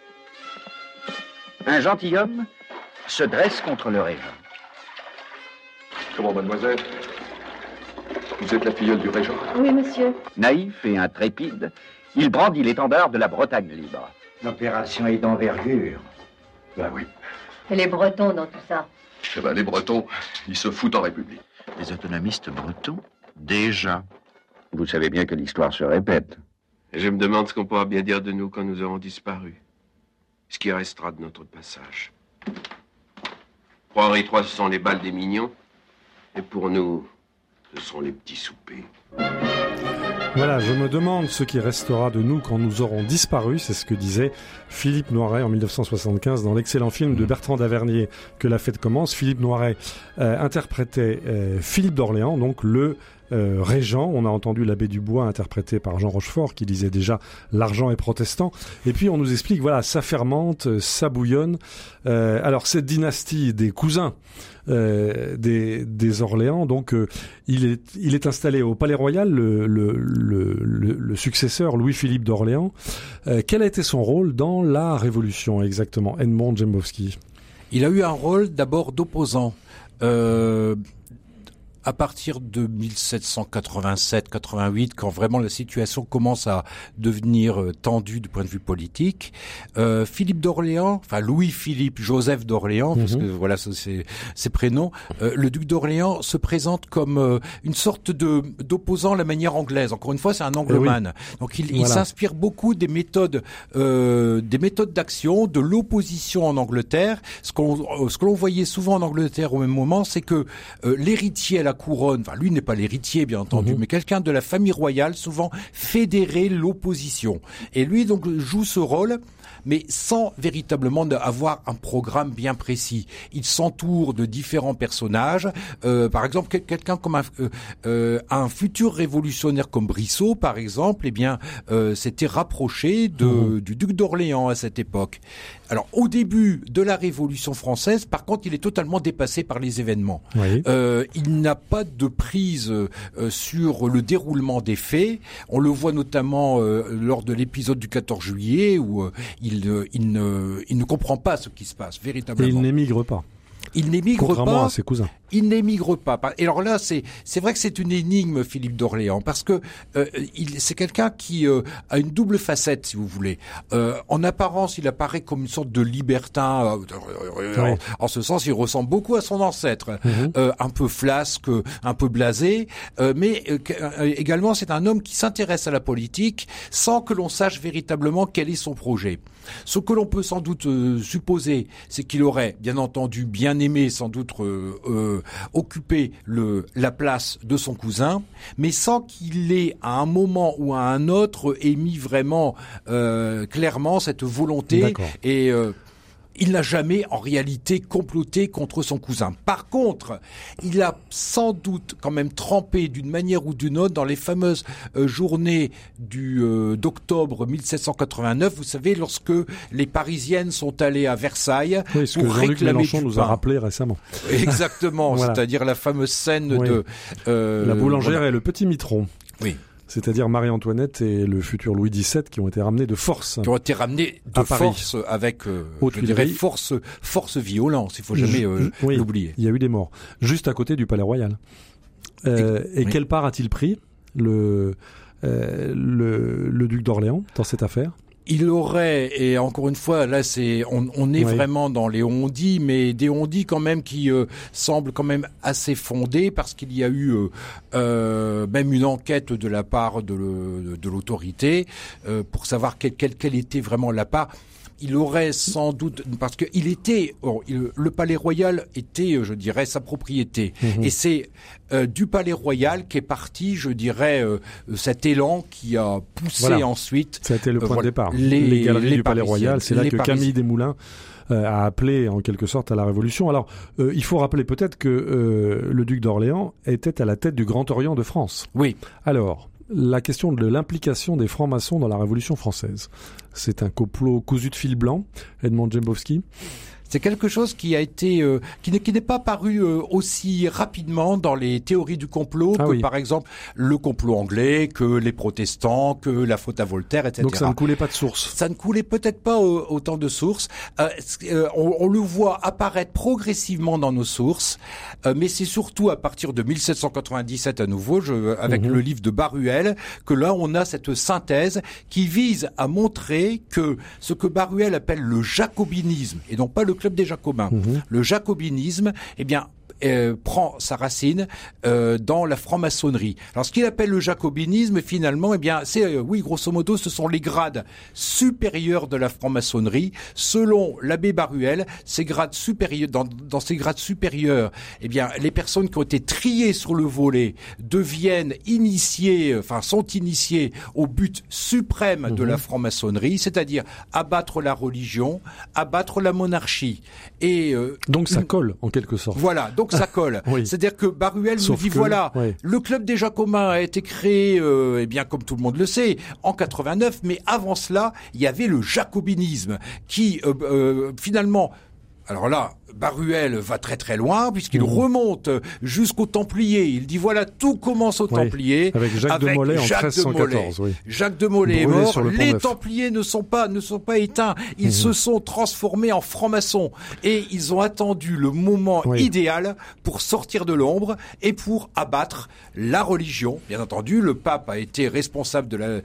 Un gentilhomme se dresse contre le régent. Comment, mademoiselle? Vous êtes la filleule du régent? Oui, monsieur. Naïf et intrépide, il brandit l'étendard de la Bretagne libre. L'opération est d'envergure. Ben oui. Et les Bretons dans tout ça? Eh ben, les Bretons, ils se foutent en République. Les autonomistes bretons? Déjà. Vous savez bien que l'histoire se répète. Et je me demande ce qu'on pourra bien dire de nous quand nous aurons disparu. Ce qui restera de notre passage. Pour Henri III, ce sont les balles des mignons. Et pour nous, ce sont les petits soupers. Voilà, je me demande ce qui restera de nous quand nous aurons disparu, c'est ce que disait Philippe Noiret en 1975 dans l'excellent film de Bertrand Tavernier que la fête commence. Philippe Noiret interprétait Philippe d'Orléans, donc le régent. On a entendu l'abbé Dubois interprété par Jean Rochefort qui disait déjà l'argent est protestant. Et puis on nous explique, voilà, ça fermente, ça bouillonne. Alors cette dynastie des cousins des Orléans, donc il est installé au Palais Royal, le successeur Louis-Philippe d'Orléans. Quel a été son rôle dans la Révolution exactement, Edmond Djembowski? Il a eu un rôle d'abord d'opposant. À partir de 1787-88, quand vraiment la situation commence à devenir tendue du point de vue politique, Philippe d'Orléans, enfin Louis-Philippe Joseph d'Orléans, parce que voilà c'est ses prénoms, le duc d'Orléans se présente comme une sorte d'opposant à la manière anglaise. Encore une fois, c'est un anglomane. Oui. Donc il s'inspire beaucoup des méthodes d'action, de l'opposition en Angleterre. Ce que l'on voyait souvent en Angleterre au même moment, c'est que l'héritier à la couronne, enfin lui n'est pas l'héritier bien entendu, mais quelqu'un de la famille royale souvent fédérait l'opposition. Et lui donc joue ce rôle, mais sans véritablement avoir un programme bien précis. Il s'entoure de différents personnages. Par exemple, quelqu'un comme un futur révolutionnaire comme Brissot, par exemple, eh bien, s'était rapproché du duc d'Orléans à cette époque. Alors, au début de la Révolution française, par contre, il est totalement dépassé par les événements. Oui. Il n'a pas de prise sur le déroulement des faits. On le voit notamment lors de l'épisode du 14 juillet où il ne comprend pas ce qui se passe véritablement. Et il n'émigre pas. Il n'émigre pas. Contrairement à ses cousins. il n'émigre pas. Et alors là, c'est vrai que c'est une énigme, Philippe d'Orléans, parce que c'est quelqu'un qui a une double facette, si vous voulez. En apparence, il apparaît comme une sorte de libertin. En ce sens, il ressemble beaucoup à son ancêtre, un peu flasque, un peu blasé, mais également c'est un homme qui s'intéresse à la politique sans que l'on sache véritablement quel est son projet. Ce que l'on peut sans doute supposer, c'est qu'il aurait, bien entendu, bien aimé sans doute occuper la place de son cousin, mais sans qu'il ait à un moment ou à un autre émis vraiment clairement cette volonté. D'accord. Et il n'a jamais, en réalité, comploté contre son cousin. Par contre, il a sans doute quand même trempé d'une manière ou d'une autre dans les fameuses journées d'octobre 1789. Vous savez, lorsque les Parisiennes sont allées à Versailles oui, ce pour que Jean-Luc réclamer Mélenchon du nous pain. a rappelé récemment. Exactement, Voilà. c'est-à-dire la fameuse scène Oui. de... La boulangère voilà. et le petit mitron. Oui. C'est-à-dire Marie-Antoinette et le futur Louis XVII qui ont été ramenés de force. Qui ont été ramenés de à Paris. force avec, Aux je dirais, Tuileries. force violence. Il faut jamais Oui, l'oublier. il y a eu des morts. Juste à côté du Palais Royal. Et quelle part a-t-il pris le duc d'Orléans dans cette affaire? Il aurait, et encore une fois, là on est Oui. vraiment dans les on-dit, mais des on-dit quand même qui semblent quand même assez fondés, parce qu'il y a eu même une enquête de la part de l'autorité pour savoir quelle était vraiment la part. Il aurait sans doute, parce que le Palais Royal était, je dirais, sa propriété. Et c'est du Palais Royal qu'est parti, je dirais, cet élan qui a poussé ensuite. Ça a été le point de départ. Les galeries du Palais Parisiennes, Royal, c'est là les que Parisiennes. Camille Desmoulins a appelé en quelque sorte à la Révolution. Alors, il faut rappeler peut-être que le duc d'Orléans était à la tête du Grand Orient de France. Oui. Alors, la question de l'implication des francs-maçons dans la Révolution française. C'est un complot cousu de fil blanc, Edmond Djembowski. C'est quelque chose qui a été qui n'est pas paru aussi rapidement dans les théories du complot que par exemple le complot anglais, que les protestants, que la faute à Voltaire, etc. Donc ça ne coulait pas de source. Ça ne coulait peut-être pas autant de sources. On le voit apparaître progressivement dans nos sources, mais c'est surtout à partir de 1797 à nouveau, avec le livre de Baruel, que là on a cette synthèse qui vise à montrer que ce que Baruel appelle le jacobinisme, et non pas le club des Jacobins. Le jacobinisme, eh bien, prend sa racine dans la franc-maçonnerie. Alors, ce qu'il appelle le jacobinisme, finalement, eh bien, c'est, oui, grosso modo, ce sont les grades supérieurs de la franc-maçonnerie. Selon l'abbé Baruel, ces grades supérieurs, dans ces grades supérieurs, eh bien, les personnes qui ont été triées sur le volet deviennent sont initiées au but suprême de la franc-maçonnerie, c'est-à-dire abattre la religion, abattre la monarchie. Et donc ça colle, en quelque sorte. Voilà, donc ça colle. Oui. C'est-à-dire que Baruel nous dit, le club des Jacobins a été créé, eh bien, comme tout le monde le sait, en 89, mais avant cela, il y avait le jacobinisme qui, finalement, alors là, Baruel va très très loin puisqu'il remonte jusqu'aux Templiers. Il dit voilà, tout commence aux Templiers avec Jacques de Molay en 1314. Oui. Jacques de Molay est mort. Les Templiers ne sont pas éteints. Ils se sont transformés en francs-maçons et ils ont attendu le moment idéal pour sortir de l'ombre et pour abattre la religion. Bien entendu, le pape a été responsable de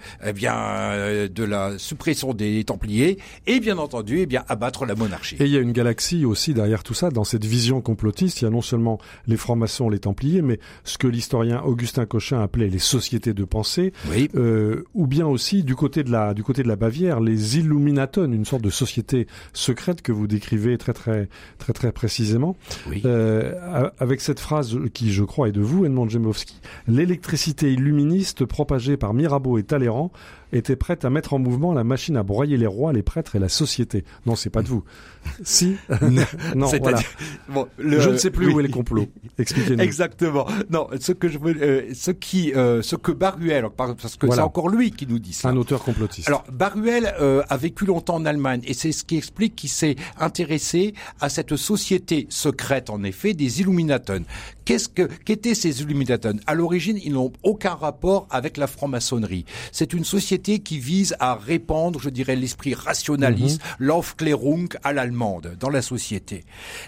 la suppression des Templiers et bien entendu, abattre la monarchie. Et il y a une galaxie aussi derrière tout ça, dans cette vision complotiste. Il y a non seulement les francs-maçons, les Templiers, mais ce que l'historien Augustin Cochin appelait les sociétés de pensée, ou bien aussi du côté de la Bavière, les Illuminaten, une sorte de société secrète que vous décrivez très très très très précisément. Oui. Avec cette phrase qui, je crois, est de vous, Edmond Djembowski: l'électricité illuministe propagée par Mirabeau et Talleyrand était prête à mettre en mouvement la machine à broyer les rois, les prêtres et la société. Non, c'est pas de vous. Si. Non, voilà. Bon, je ne sais plus où est le complot. Expliquez-nous. Exactement. Non, ce que Baruel, parce que c'est encore lui qui nous dit ça. Un auteur complotiste. Alors, Baruel a vécu longtemps en Allemagne et c'est ce qui explique qu'il s'est intéressé à cette société secrète, en effet, des Illuminaten. Qu'étaient ces Illuminaten? À l'origine, ils n'ont aucun rapport avec la franc-maçonnerie. C'est une société qui vise à répandre, je dirais, l'esprit rationaliste, l'Aufklärung à l'allemande dans la société.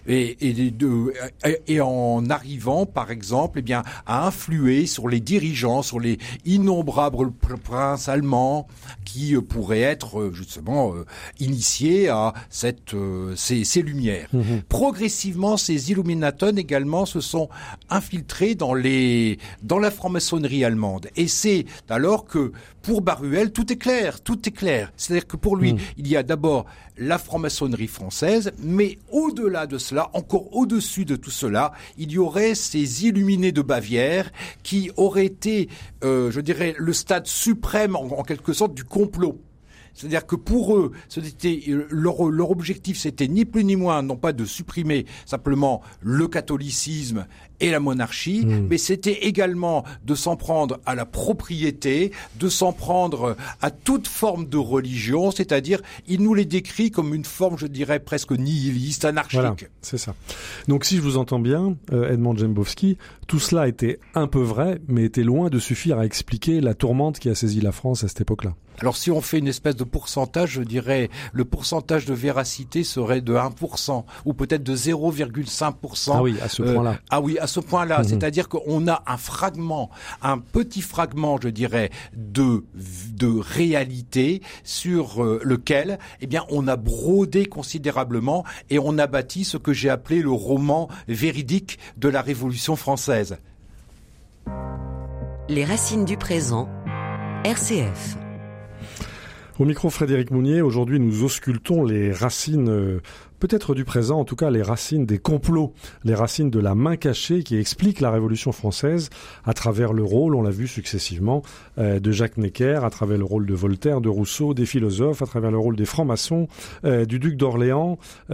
Et en arrivant, par exemple, à influer sur les dirigeants, sur les innombrables princes allemands qui pourraient être justement initiés à ces lumières. Progressivement, ces Illuminaten également se sont infiltrés dans la franc-maçonnerie allemande. Et c'est alors que pour Baruel, tout est clair. C'est-à-dire que pour lui, il y a d'abord la franc-maçonnerie française, mais au-delà de cela, encore au-dessus de tout cela, il y aurait ces illuminés de Bavière qui auraient été, je dirais, le stade suprême en quelque sorte du complot. C'est-à-dire que pour eux, leur objectif, c'était ni plus ni moins, non pas de supprimer simplement le catholicisme et la monarchie, mais c'était également de s'en prendre à la propriété, de s'en prendre à toute forme de religion, c'est-à-dire, il nous les décrit comme une forme, je dirais, presque nihiliste, anarchique. Voilà, c'est ça. Donc si je vous entends bien, Edmond Dżembowski, tout cela était un peu vrai, mais était loin de suffire à expliquer la tourmente qui a saisi la France à cette époque-là. Alors si on fait une espèce de pourcentage, je dirais le pourcentage de véracité serait de 1% ou peut-être de 0,5%. Ah oui, à ce point-là. Ah oui, à ce point-là, c'est-à-dire qu'on a un petit fragment, je dirais, de réalité sur lequel, on a brodé considérablement et on a bâti ce que j'ai appelé le roman véridique de la Révolution française. Les racines du présent, RCF. Au micro Frédéric Mounier, aujourd'hui nous auscultons les racines peut-être du présent, en tout cas les racines des complots, les racines de la main cachée qui explique la Révolution française à travers le rôle, on l'a vu successivement, de Jacques Necker, à travers le rôle de Voltaire, de Rousseau, des philosophes, à travers le rôle des francs-maçons, du duc d'Orléans,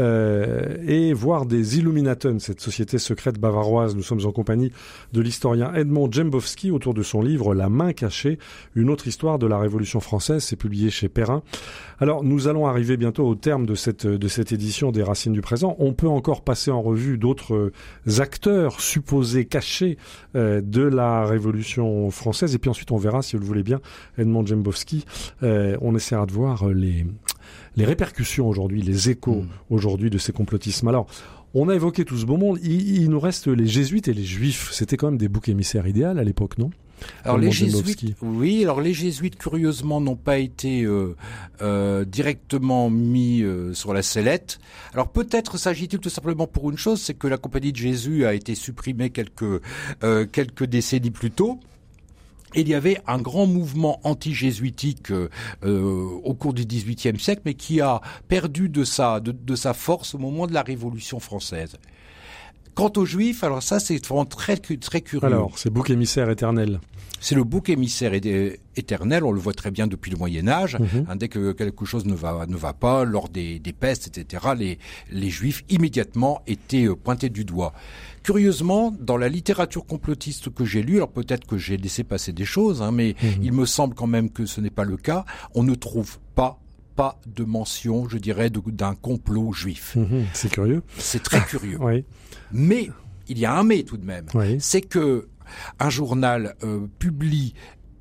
et voire des Illuminaten, cette société secrète bavaroise. Nous sommes en compagnie de l'historien Edmond Dżembowski autour de son livre La main cachée, une autre histoire de la Révolution française, c'est publié chez Perrin. Alors nous allons arriver bientôt au terme de cette édition des racines du présent. On peut encore passer en revue d'autres acteurs supposés cachés de la Révolution française, et puis ensuite on verra, si vous le voulez bien, Edmond Dżembowski, on essaiera de voir les répercussions aujourd'hui, les échos aujourd'hui de ces complotismes. Alors, on a évoqué tout ce beau monde, il nous reste les jésuites et les juifs. C'était quand même des boucs émissaires idéaux à l'époque, non ? Alors les jésuites, curieusement, n'ont pas été directement mis sur la sellette. Alors peut-être s'agit-il tout simplement pour une chose, c'est que la Compagnie de Jésus a été supprimée quelques décennies plus tôt. Et il y avait un grand mouvement anti-jésuitique au cours du XVIIIe siècle, mais qui a perdu de sa force au moment de la Révolution française. Quant aux Juifs, alors ça c'est vraiment très très curieux. Alors, c'est bouc émissaire éternel. C'est le bouc émissaire éternel, on le voit très bien depuis le Moyen-Âge. Dès que quelque chose ne va pas, lors des pestes, etc., les Juifs immédiatement étaient pointés du doigt. Curieusement, dans la littérature complotiste que j'ai lue, alors peut-être que j'ai laissé passer des choses, mais il me semble quand même que ce n'est pas le cas, on ne trouve pas de mention, je dirais, d'un complot juif. C'est curieux. C'est très curieux. Oui. Mais, il y a un mais tout de même. Oui. C'est que un journal publie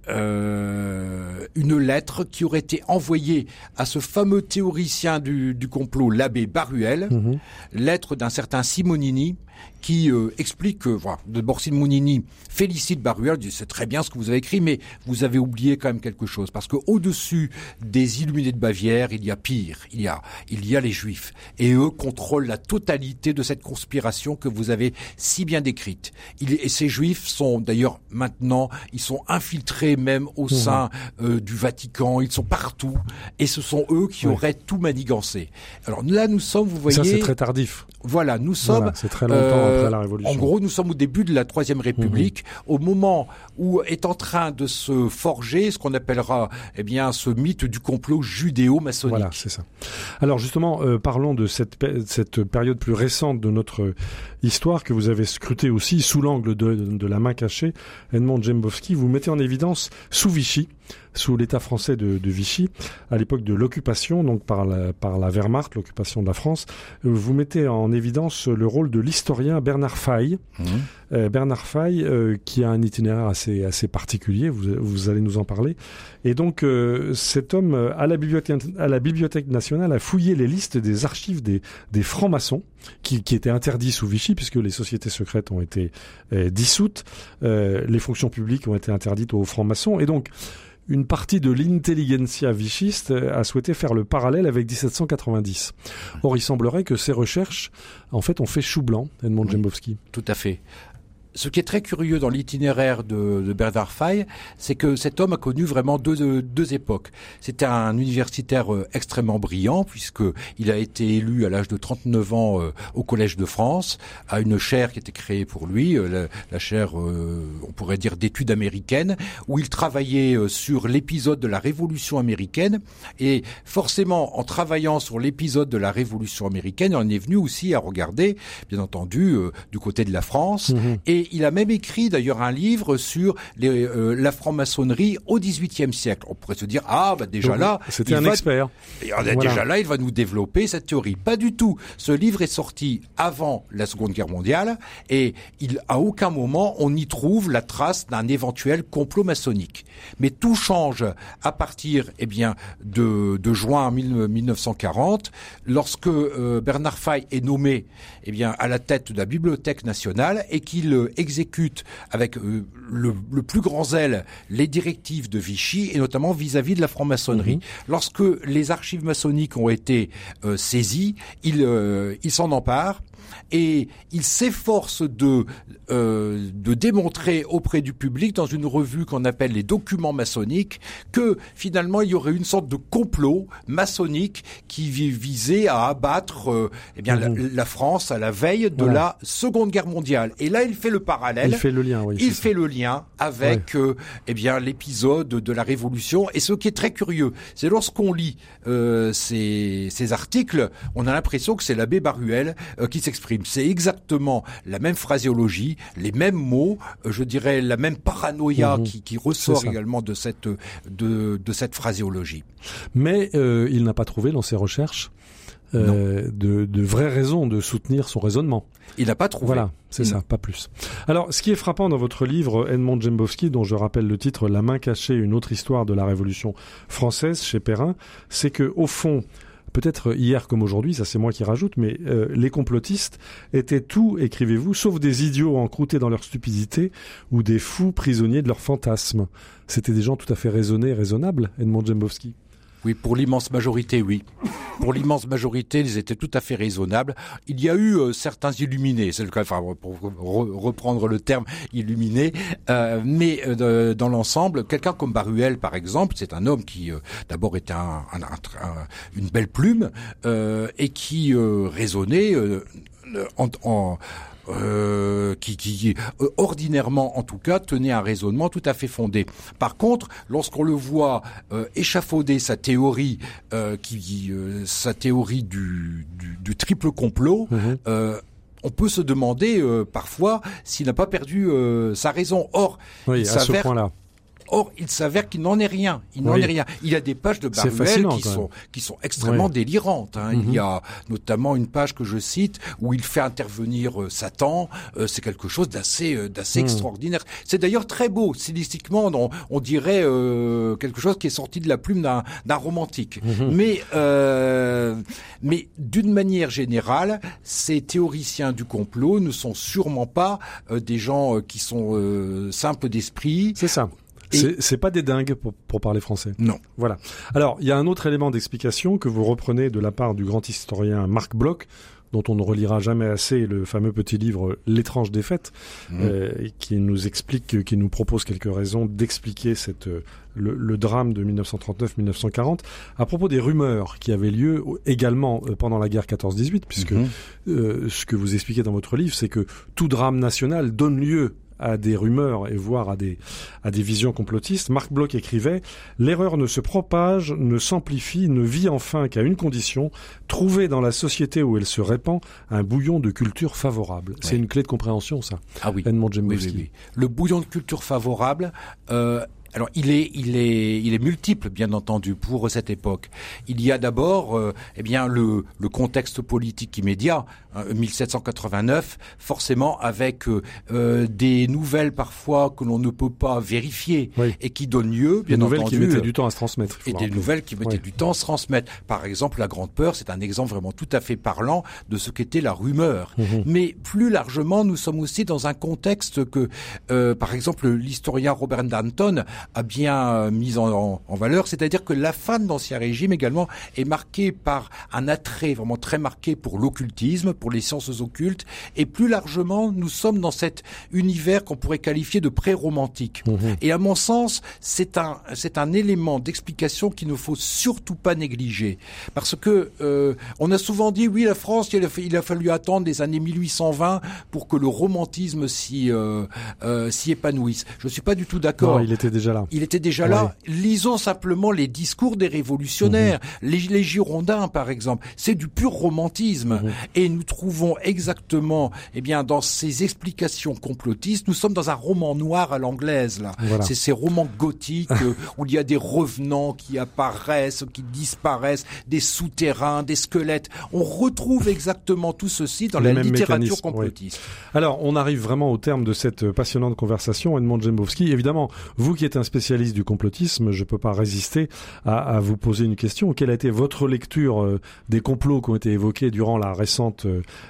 une lettre qui aurait été envoyée à ce fameux théoricien du complot, l'abbé Baruel, lettre d'un certain Simonini, qui explique que, voilà, d'abord Simonini félicite Baruel, dit c'est très bien ce que vous avez écrit, mais vous avez oublié quand même quelque chose, parce que au-dessus des illuminés de Bavière, il y a pire, il y a les Juifs, et eux contrôlent la totalité de cette conspiration que vous avez si bien décrite. Et ces Juifs sont d'ailleurs maintenant, ils sont infiltrés même au sein du Vatican, ils sont partout, et ce sont eux qui auraient tout manigancé. Alors là, nous sommes, vous voyez... Ça, c'est très tardif. Voilà, nous sommes... c'est très longtemps après la Révolution. En gros, nous sommes au début de la Troisième République, au moment où est en train de se forger ce qu'on appellera, ce mythe du complot judéo-maçonnique. Voilà, c'est ça. Alors justement, parlons de cette période plus récente de notre histoire que vous avez scrutée aussi sous l'angle de la main cachée. Edmond Dżembowski, vous mettez en évidence sous Vichy sous l'État français de Vichy, à l'époque de l'occupation, donc par la Wehrmacht, l'occupation de la France. Vous mettez en évidence le rôle de l'historien Bernard Faye. Bernard Faye, qui a un itinéraire assez particulier, vous allez nous en parler. Et donc, cet homme, à la Bibliothèque nationale, a fouillé les listes des archives des francs-maçons, qui étaient interdits sous Vichy, puisque les sociétés secrètes ont été dissoutes, les fonctions publiques ont été interdites aux francs-maçons, et donc une partie de l'intelligentsia vichiste a souhaité faire le parallèle avec 1790. Or, il semblerait que ces recherches, en fait, ont fait chou blanc, Edmond Djembowski. Tout à fait. Ce qui est très curieux dans l'itinéraire de Bernard Faye, c'est que cet homme a connu vraiment deux époques. C'était un universitaire extrêmement brillant, puisqu'il a été élu à l'âge de 39 ans au Collège de France, à une chaire qui était créée pour lui, la chaire, on pourrait dire, d'études américaines, où il travaillait sur l'épisode de la Révolution américaine. Et forcément, en travaillant sur l'épisode de la Révolution américaine, il en est venu aussi à regarder, bien entendu, du côté de la France. Et il a même écrit d'ailleurs un livre sur la franc-maçonnerie au XVIIIe siècle. On pourrait se dire, déjà donc, là... C'était un expert. Voilà. Déjà là, il va nous développer cette théorie. Pas du tout. Ce livre est sorti avant la Seconde Guerre mondiale et à aucun moment on y trouve la trace d'un éventuel complot maçonnique. Mais tout change à partir de juin 1940, lorsque Bernard Faye est nommé à la tête de la Bibliothèque nationale et qu'il exécute avec le plus grand zèle les directives de Vichy et notamment vis-à-vis de la franc-maçonnerie. Lorsque les archives maçonniques ont été saisies, il s'en empare et il s'efforce de démontrer auprès du public dans une revue qu'on appelle les Documents maçonniques que finalement il y aurait une sorte de complot maçonnique qui visait à abattre la France à la veille de la Seconde Guerre mondiale. Et là il fait le parallèle. Il fait le lien, oui. Il fait le lien avec l'épisode de la Révolution. Et ce qui est très curieux, c'est lorsqu'on lit ces articles, on a l'impression que c'est l'abbé Baruel qui s'exprime. C'est exactement la même phraséologie, les mêmes mots, je dirais la même paranoïa qui ressort également de cette phraséologie. Mais il n'a pas trouvé dans ses recherches de vraies raisons de soutenir son raisonnement. Il n'a pas trouvé. Voilà, c'est ça, pas plus. Alors, ce qui est frappant dans votre livre, Edmond Djembowski, dont je rappelle le titre « La main cachée, une autre histoire de la Révolution française » chez Perrin, c'est que au fond, peut-être hier comme aujourd'hui, ça c'est moi qui rajoute, mais les complotistes étaient tout, écrivez-vous, sauf des idiots encroutés dans leur stupidité ou des fous prisonniers de leurs fantasmes. C'était des gens tout à fait raisonnés et raisonnables, Edmond Djembowski. Oui, pour l'immense majorité, oui. Pour l'immense majorité, ils étaient tout à fait raisonnables. Il y a eu certains illuminés, c'est le cas, enfin, pour reprendre le terme illuminé, mais dans l'ensemble, quelqu'un comme Baruel, par exemple, c'est un homme qui d'abord était une belle plume et qui raisonnait qui ordinairement en tout cas tenait un raisonnement tout à fait fondé. Par contre, lorsqu'on le voit échafauder sa théorie sa théorie du triple complot, on peut se demander parfois s'il n'a pas perdu sa raison. Or, à ce point-là. Or, il s'avère qu'il n'en est rien. Il n'en est rien. Il y a des pages de Baruel qui sont extrêmement délirantes. Il y a notamment une page que je cite où il fait intervenir Satan. C'est quelque chose d'assez extraordinaire. C'est d'ailleurs très beau. Stylistiquement, on dirait quelque chose qui est sorti de la plume d'un romantique. Mais d'une manière générale, ces théoriciens du complot ne sont sûrement pas des gens qui sont simples d'esprit. C'est ça. C'est pas des dingues pour parler français. Non. Voilà. Alors, il y a un autre élément d'explication que vous reprenez de la part du grand historien Marc Bloch, dont on ne relira jamais assez le fameux petit livre « L'étrange défaite », qui nous explique, qui nous propose quelques raisons d'expliquer le drame de 1939-1940, à propos des rumeurs qui avaient lieu également pendant la guerre 14-18, puisque ce que vous expliquez dans votre livre, c'est que tout drame national donne lieu à des rumeurs et voire à des visions complotistes. Marc Bloch écrivait « L'erreur ne se propage, ne s'amplifie, ne vit enfin qu'à une condition, trouver dans la société où elle se répand un bouillon de culture favorable. » C'est une clé de compréhension, ça. Ah oui. Edmond Djembowski. Oui. Le bouillon de culture favorable, Alors il est multiple, bien entendu, pour cette époque. Il y a d'abord le contexte politique immédiat, 1789, forcément avec des nouvelles parfois que l'on ne peut pas vérifier et qui donnent lieu, bien entendu, nouvelles qui mettaient du temps à se transmettre. Et des nouvelles qui mettaient du temps à se transmettre. Par exemple, la Grande Peur, c'est un exemple vraiment tout à fait parlant de ce qu'était la rumeur. Mais plus largement, nous sommes aussi dans un contexte que, par exemple, l'historien Robert Danton a bien mis en valeur, c'est-à-dire que la fin de l'Ancien Régime également est marquée par un attrait vraiment très marqué pour l'occultisme, pour les sciences occultes, et plus largement, nous sommes dans cet univers qu'on pourrait qualifier de pré-romantique. Et à mon sens, c'est un élément d'explication qu'il ne faut surtout pas négliger, parce que on a souvent dit oui, la France, il a fallu attendre les années 1820 pour que le romantisme s'y épanouisse. Je suis pas du tout d'accord. Non, il était déjà là. Il était déjà là. Lisons simplement les discours des révolutionnaires, les Girondins par exemple. C'est du pur romantisme, et nous trouvons exactement, dans ces explications complotistes, nous sommes dans un roman noir à l'anglaise là. Voilà. C'est ces romans gothiques où il y a des revenants qui apparaissent, qui disparaissent, des souterrains, des squelettes. On retrouve exactement tout ceci dans la littérature complotiste. Alors, on arrive vraiment au terme de cette passionnante conversation, Edmond Djembowski. Évidemment, vous qui êtes un spécialiste du complotisme, je ne peux pas résister à vous poser une question. Quelle a été votre lecture des complots qui ont été évoqués durant la récente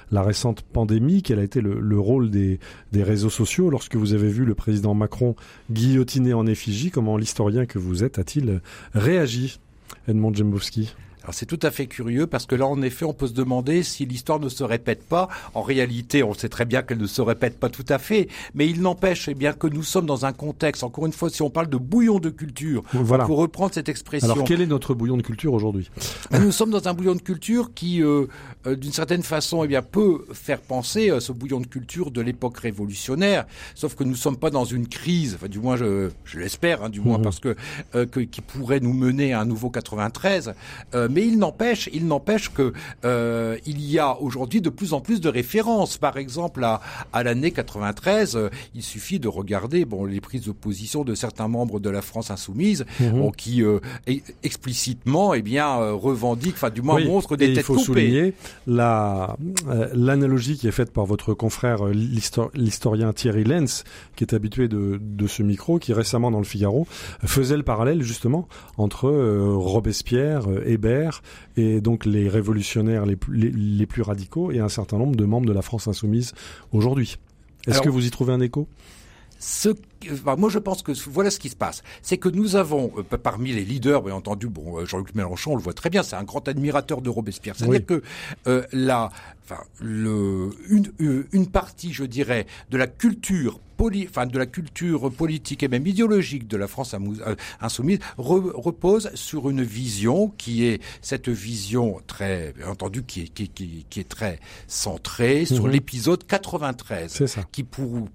pandémie? Quel a été le rôle des réseaux sociaux lorsque vous avez vu le président Macron guillotiné en effigie? Comment l'historien que vous êtes a-t-il réagi, Edmond Djembowski? Alors c'est tout à fait curieux parce que là, en effet, on peut se demander si l'histoire ne se répète pas. En réalité, on sait très bien qu'elle ne se répète pas tout à fait, mais il n'empêche que nous sommes dans un contexte, encore une fois, si on parle de bouillon de culture, voilà. Pour reprendre cette expression. Alors quel est notre bouillon de culture aujourd'hui? Nous sommes dans un bouillon de culture qui, d'une certaine façon, peut faire penser à ce bouillon de culture de l'époque révolutionnaire, sauf que nous ne sommes pas dans une crise, enfin du moins je l'espère, du moins parce que qui pourrait nous mener à un nouveau 93. Mais il n'empêche que il y a aujourd'hui de plus en plus de références. Par exemple, à l'année 93, il suffit de regarder les prises de position de certains membres de la France insoumise, qui explicitement revendiquent, enfin du moins montrent des têtes coupées. Il faut souligner l'analogie qui est faite par votre confrère l'historien Thierry Lenz, qui est habitué de ce micro, qui récemment dans le Figaro faisait le parallèle justement entre Robespierre, Hébert et donc les révolutionnaires les plus radicaux et un certain nombre de membres de la France insoumise aujourd'hui. Est-ce que vous y trouvez un écho ? Moi, je pense que voilà ce qui se passe. C'est que nous avons, parmi les leaders, bien entendu, Jean-Luc Mélenchon, on le voit très bien, c'est un grand admirateur de Robespierre. C'est-à-dire que une partie, je dirais, de la culture politique et même idéologique de la France insoumise repose sur une vision qui est cette vision très, bien entendu, qui est très centrée sur l'épisode 93. C'est ça. Qui pour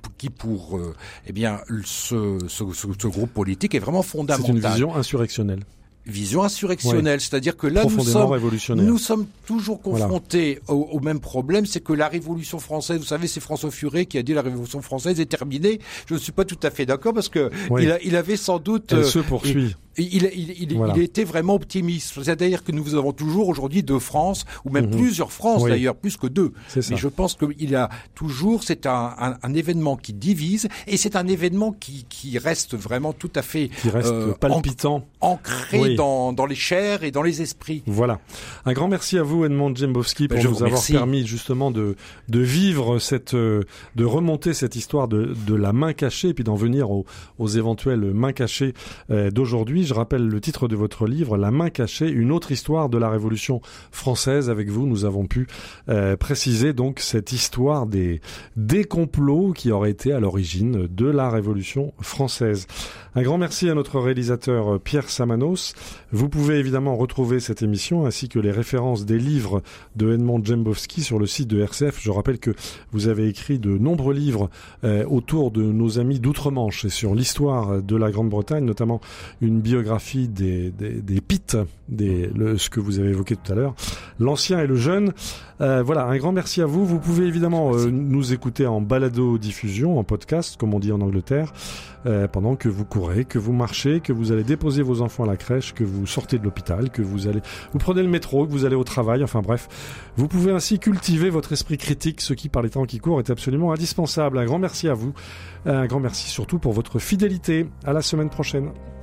ce groupe politique est vraiment fondamental. C'est une vision insurrectionnelle. C'est-à-dire que là nous sommes toujours confrontés au même problème, c'est que la Révolution française, vous savez, c'est François Furet qui a dit la Révolution française est terminée. Je ne suis pas tout à fait d'accord parce que il avait sans doute... Elle se poursuit. Il était vraiment optimiste. C'est-à-dire que nous avons toujours aujourd'hui deux France, ou même plusieurs France d'ailleurs, plus que deux. Mais je pense qu'il y a toujours, c'est un événement qui divise, et c'est un événement qui reste vraiment tout à fait palpitant, ancré dans les chairs et dans les esprits. Voilà. Un grand merci à vous, Edmond Djembowski, pour nous avoir permis justement de vivre de remonter cette histoire de la main cachée, et puis d'en venir aux éventuelles mains cachées d'aujourd'hui. Je rappelle le titre de votre livre, La main cachée, une autre histoire de la Révolution française. Avec vous, nous avons pu préciser donc cette histoire des complots qui auraient été à l'origine de la Révolution française. Un grand merci à notre réalisateur Pierre Samanos. Vous pouvez évidemment retrouver cette émission ainsi que les références des livres de Edmond Djembowski sur le site de RCF. Je rappelle que vous avez écrit de nombreux livres autour de nos amis d'outre-Manche et sur l'histoire de la Grande-Bretagne, notamment une biographie des Pitt, ce que vous avez évoqué tout à l'heure, l'ancien et le jeune. Voilà, un grand merci à vous. Vous pouvez évidemment nous écouter en balado-diffusion, en podcast, comme on dit en Angleterre, pendant que vous courez, que vous marchez, que vous allez déposer vos enfants à la crèche, que vous sortez de l'hôpital, que vous prenez le métro, que vous allez au travail, enfin bref. Vous pouvez ainsi cultiver votre esprit critique, ce qui, par les temps qui courent, est absolument indispensable. Un grand merci à vous. Un grand merci surtout pour votre fidélité. À la semaine prochaine.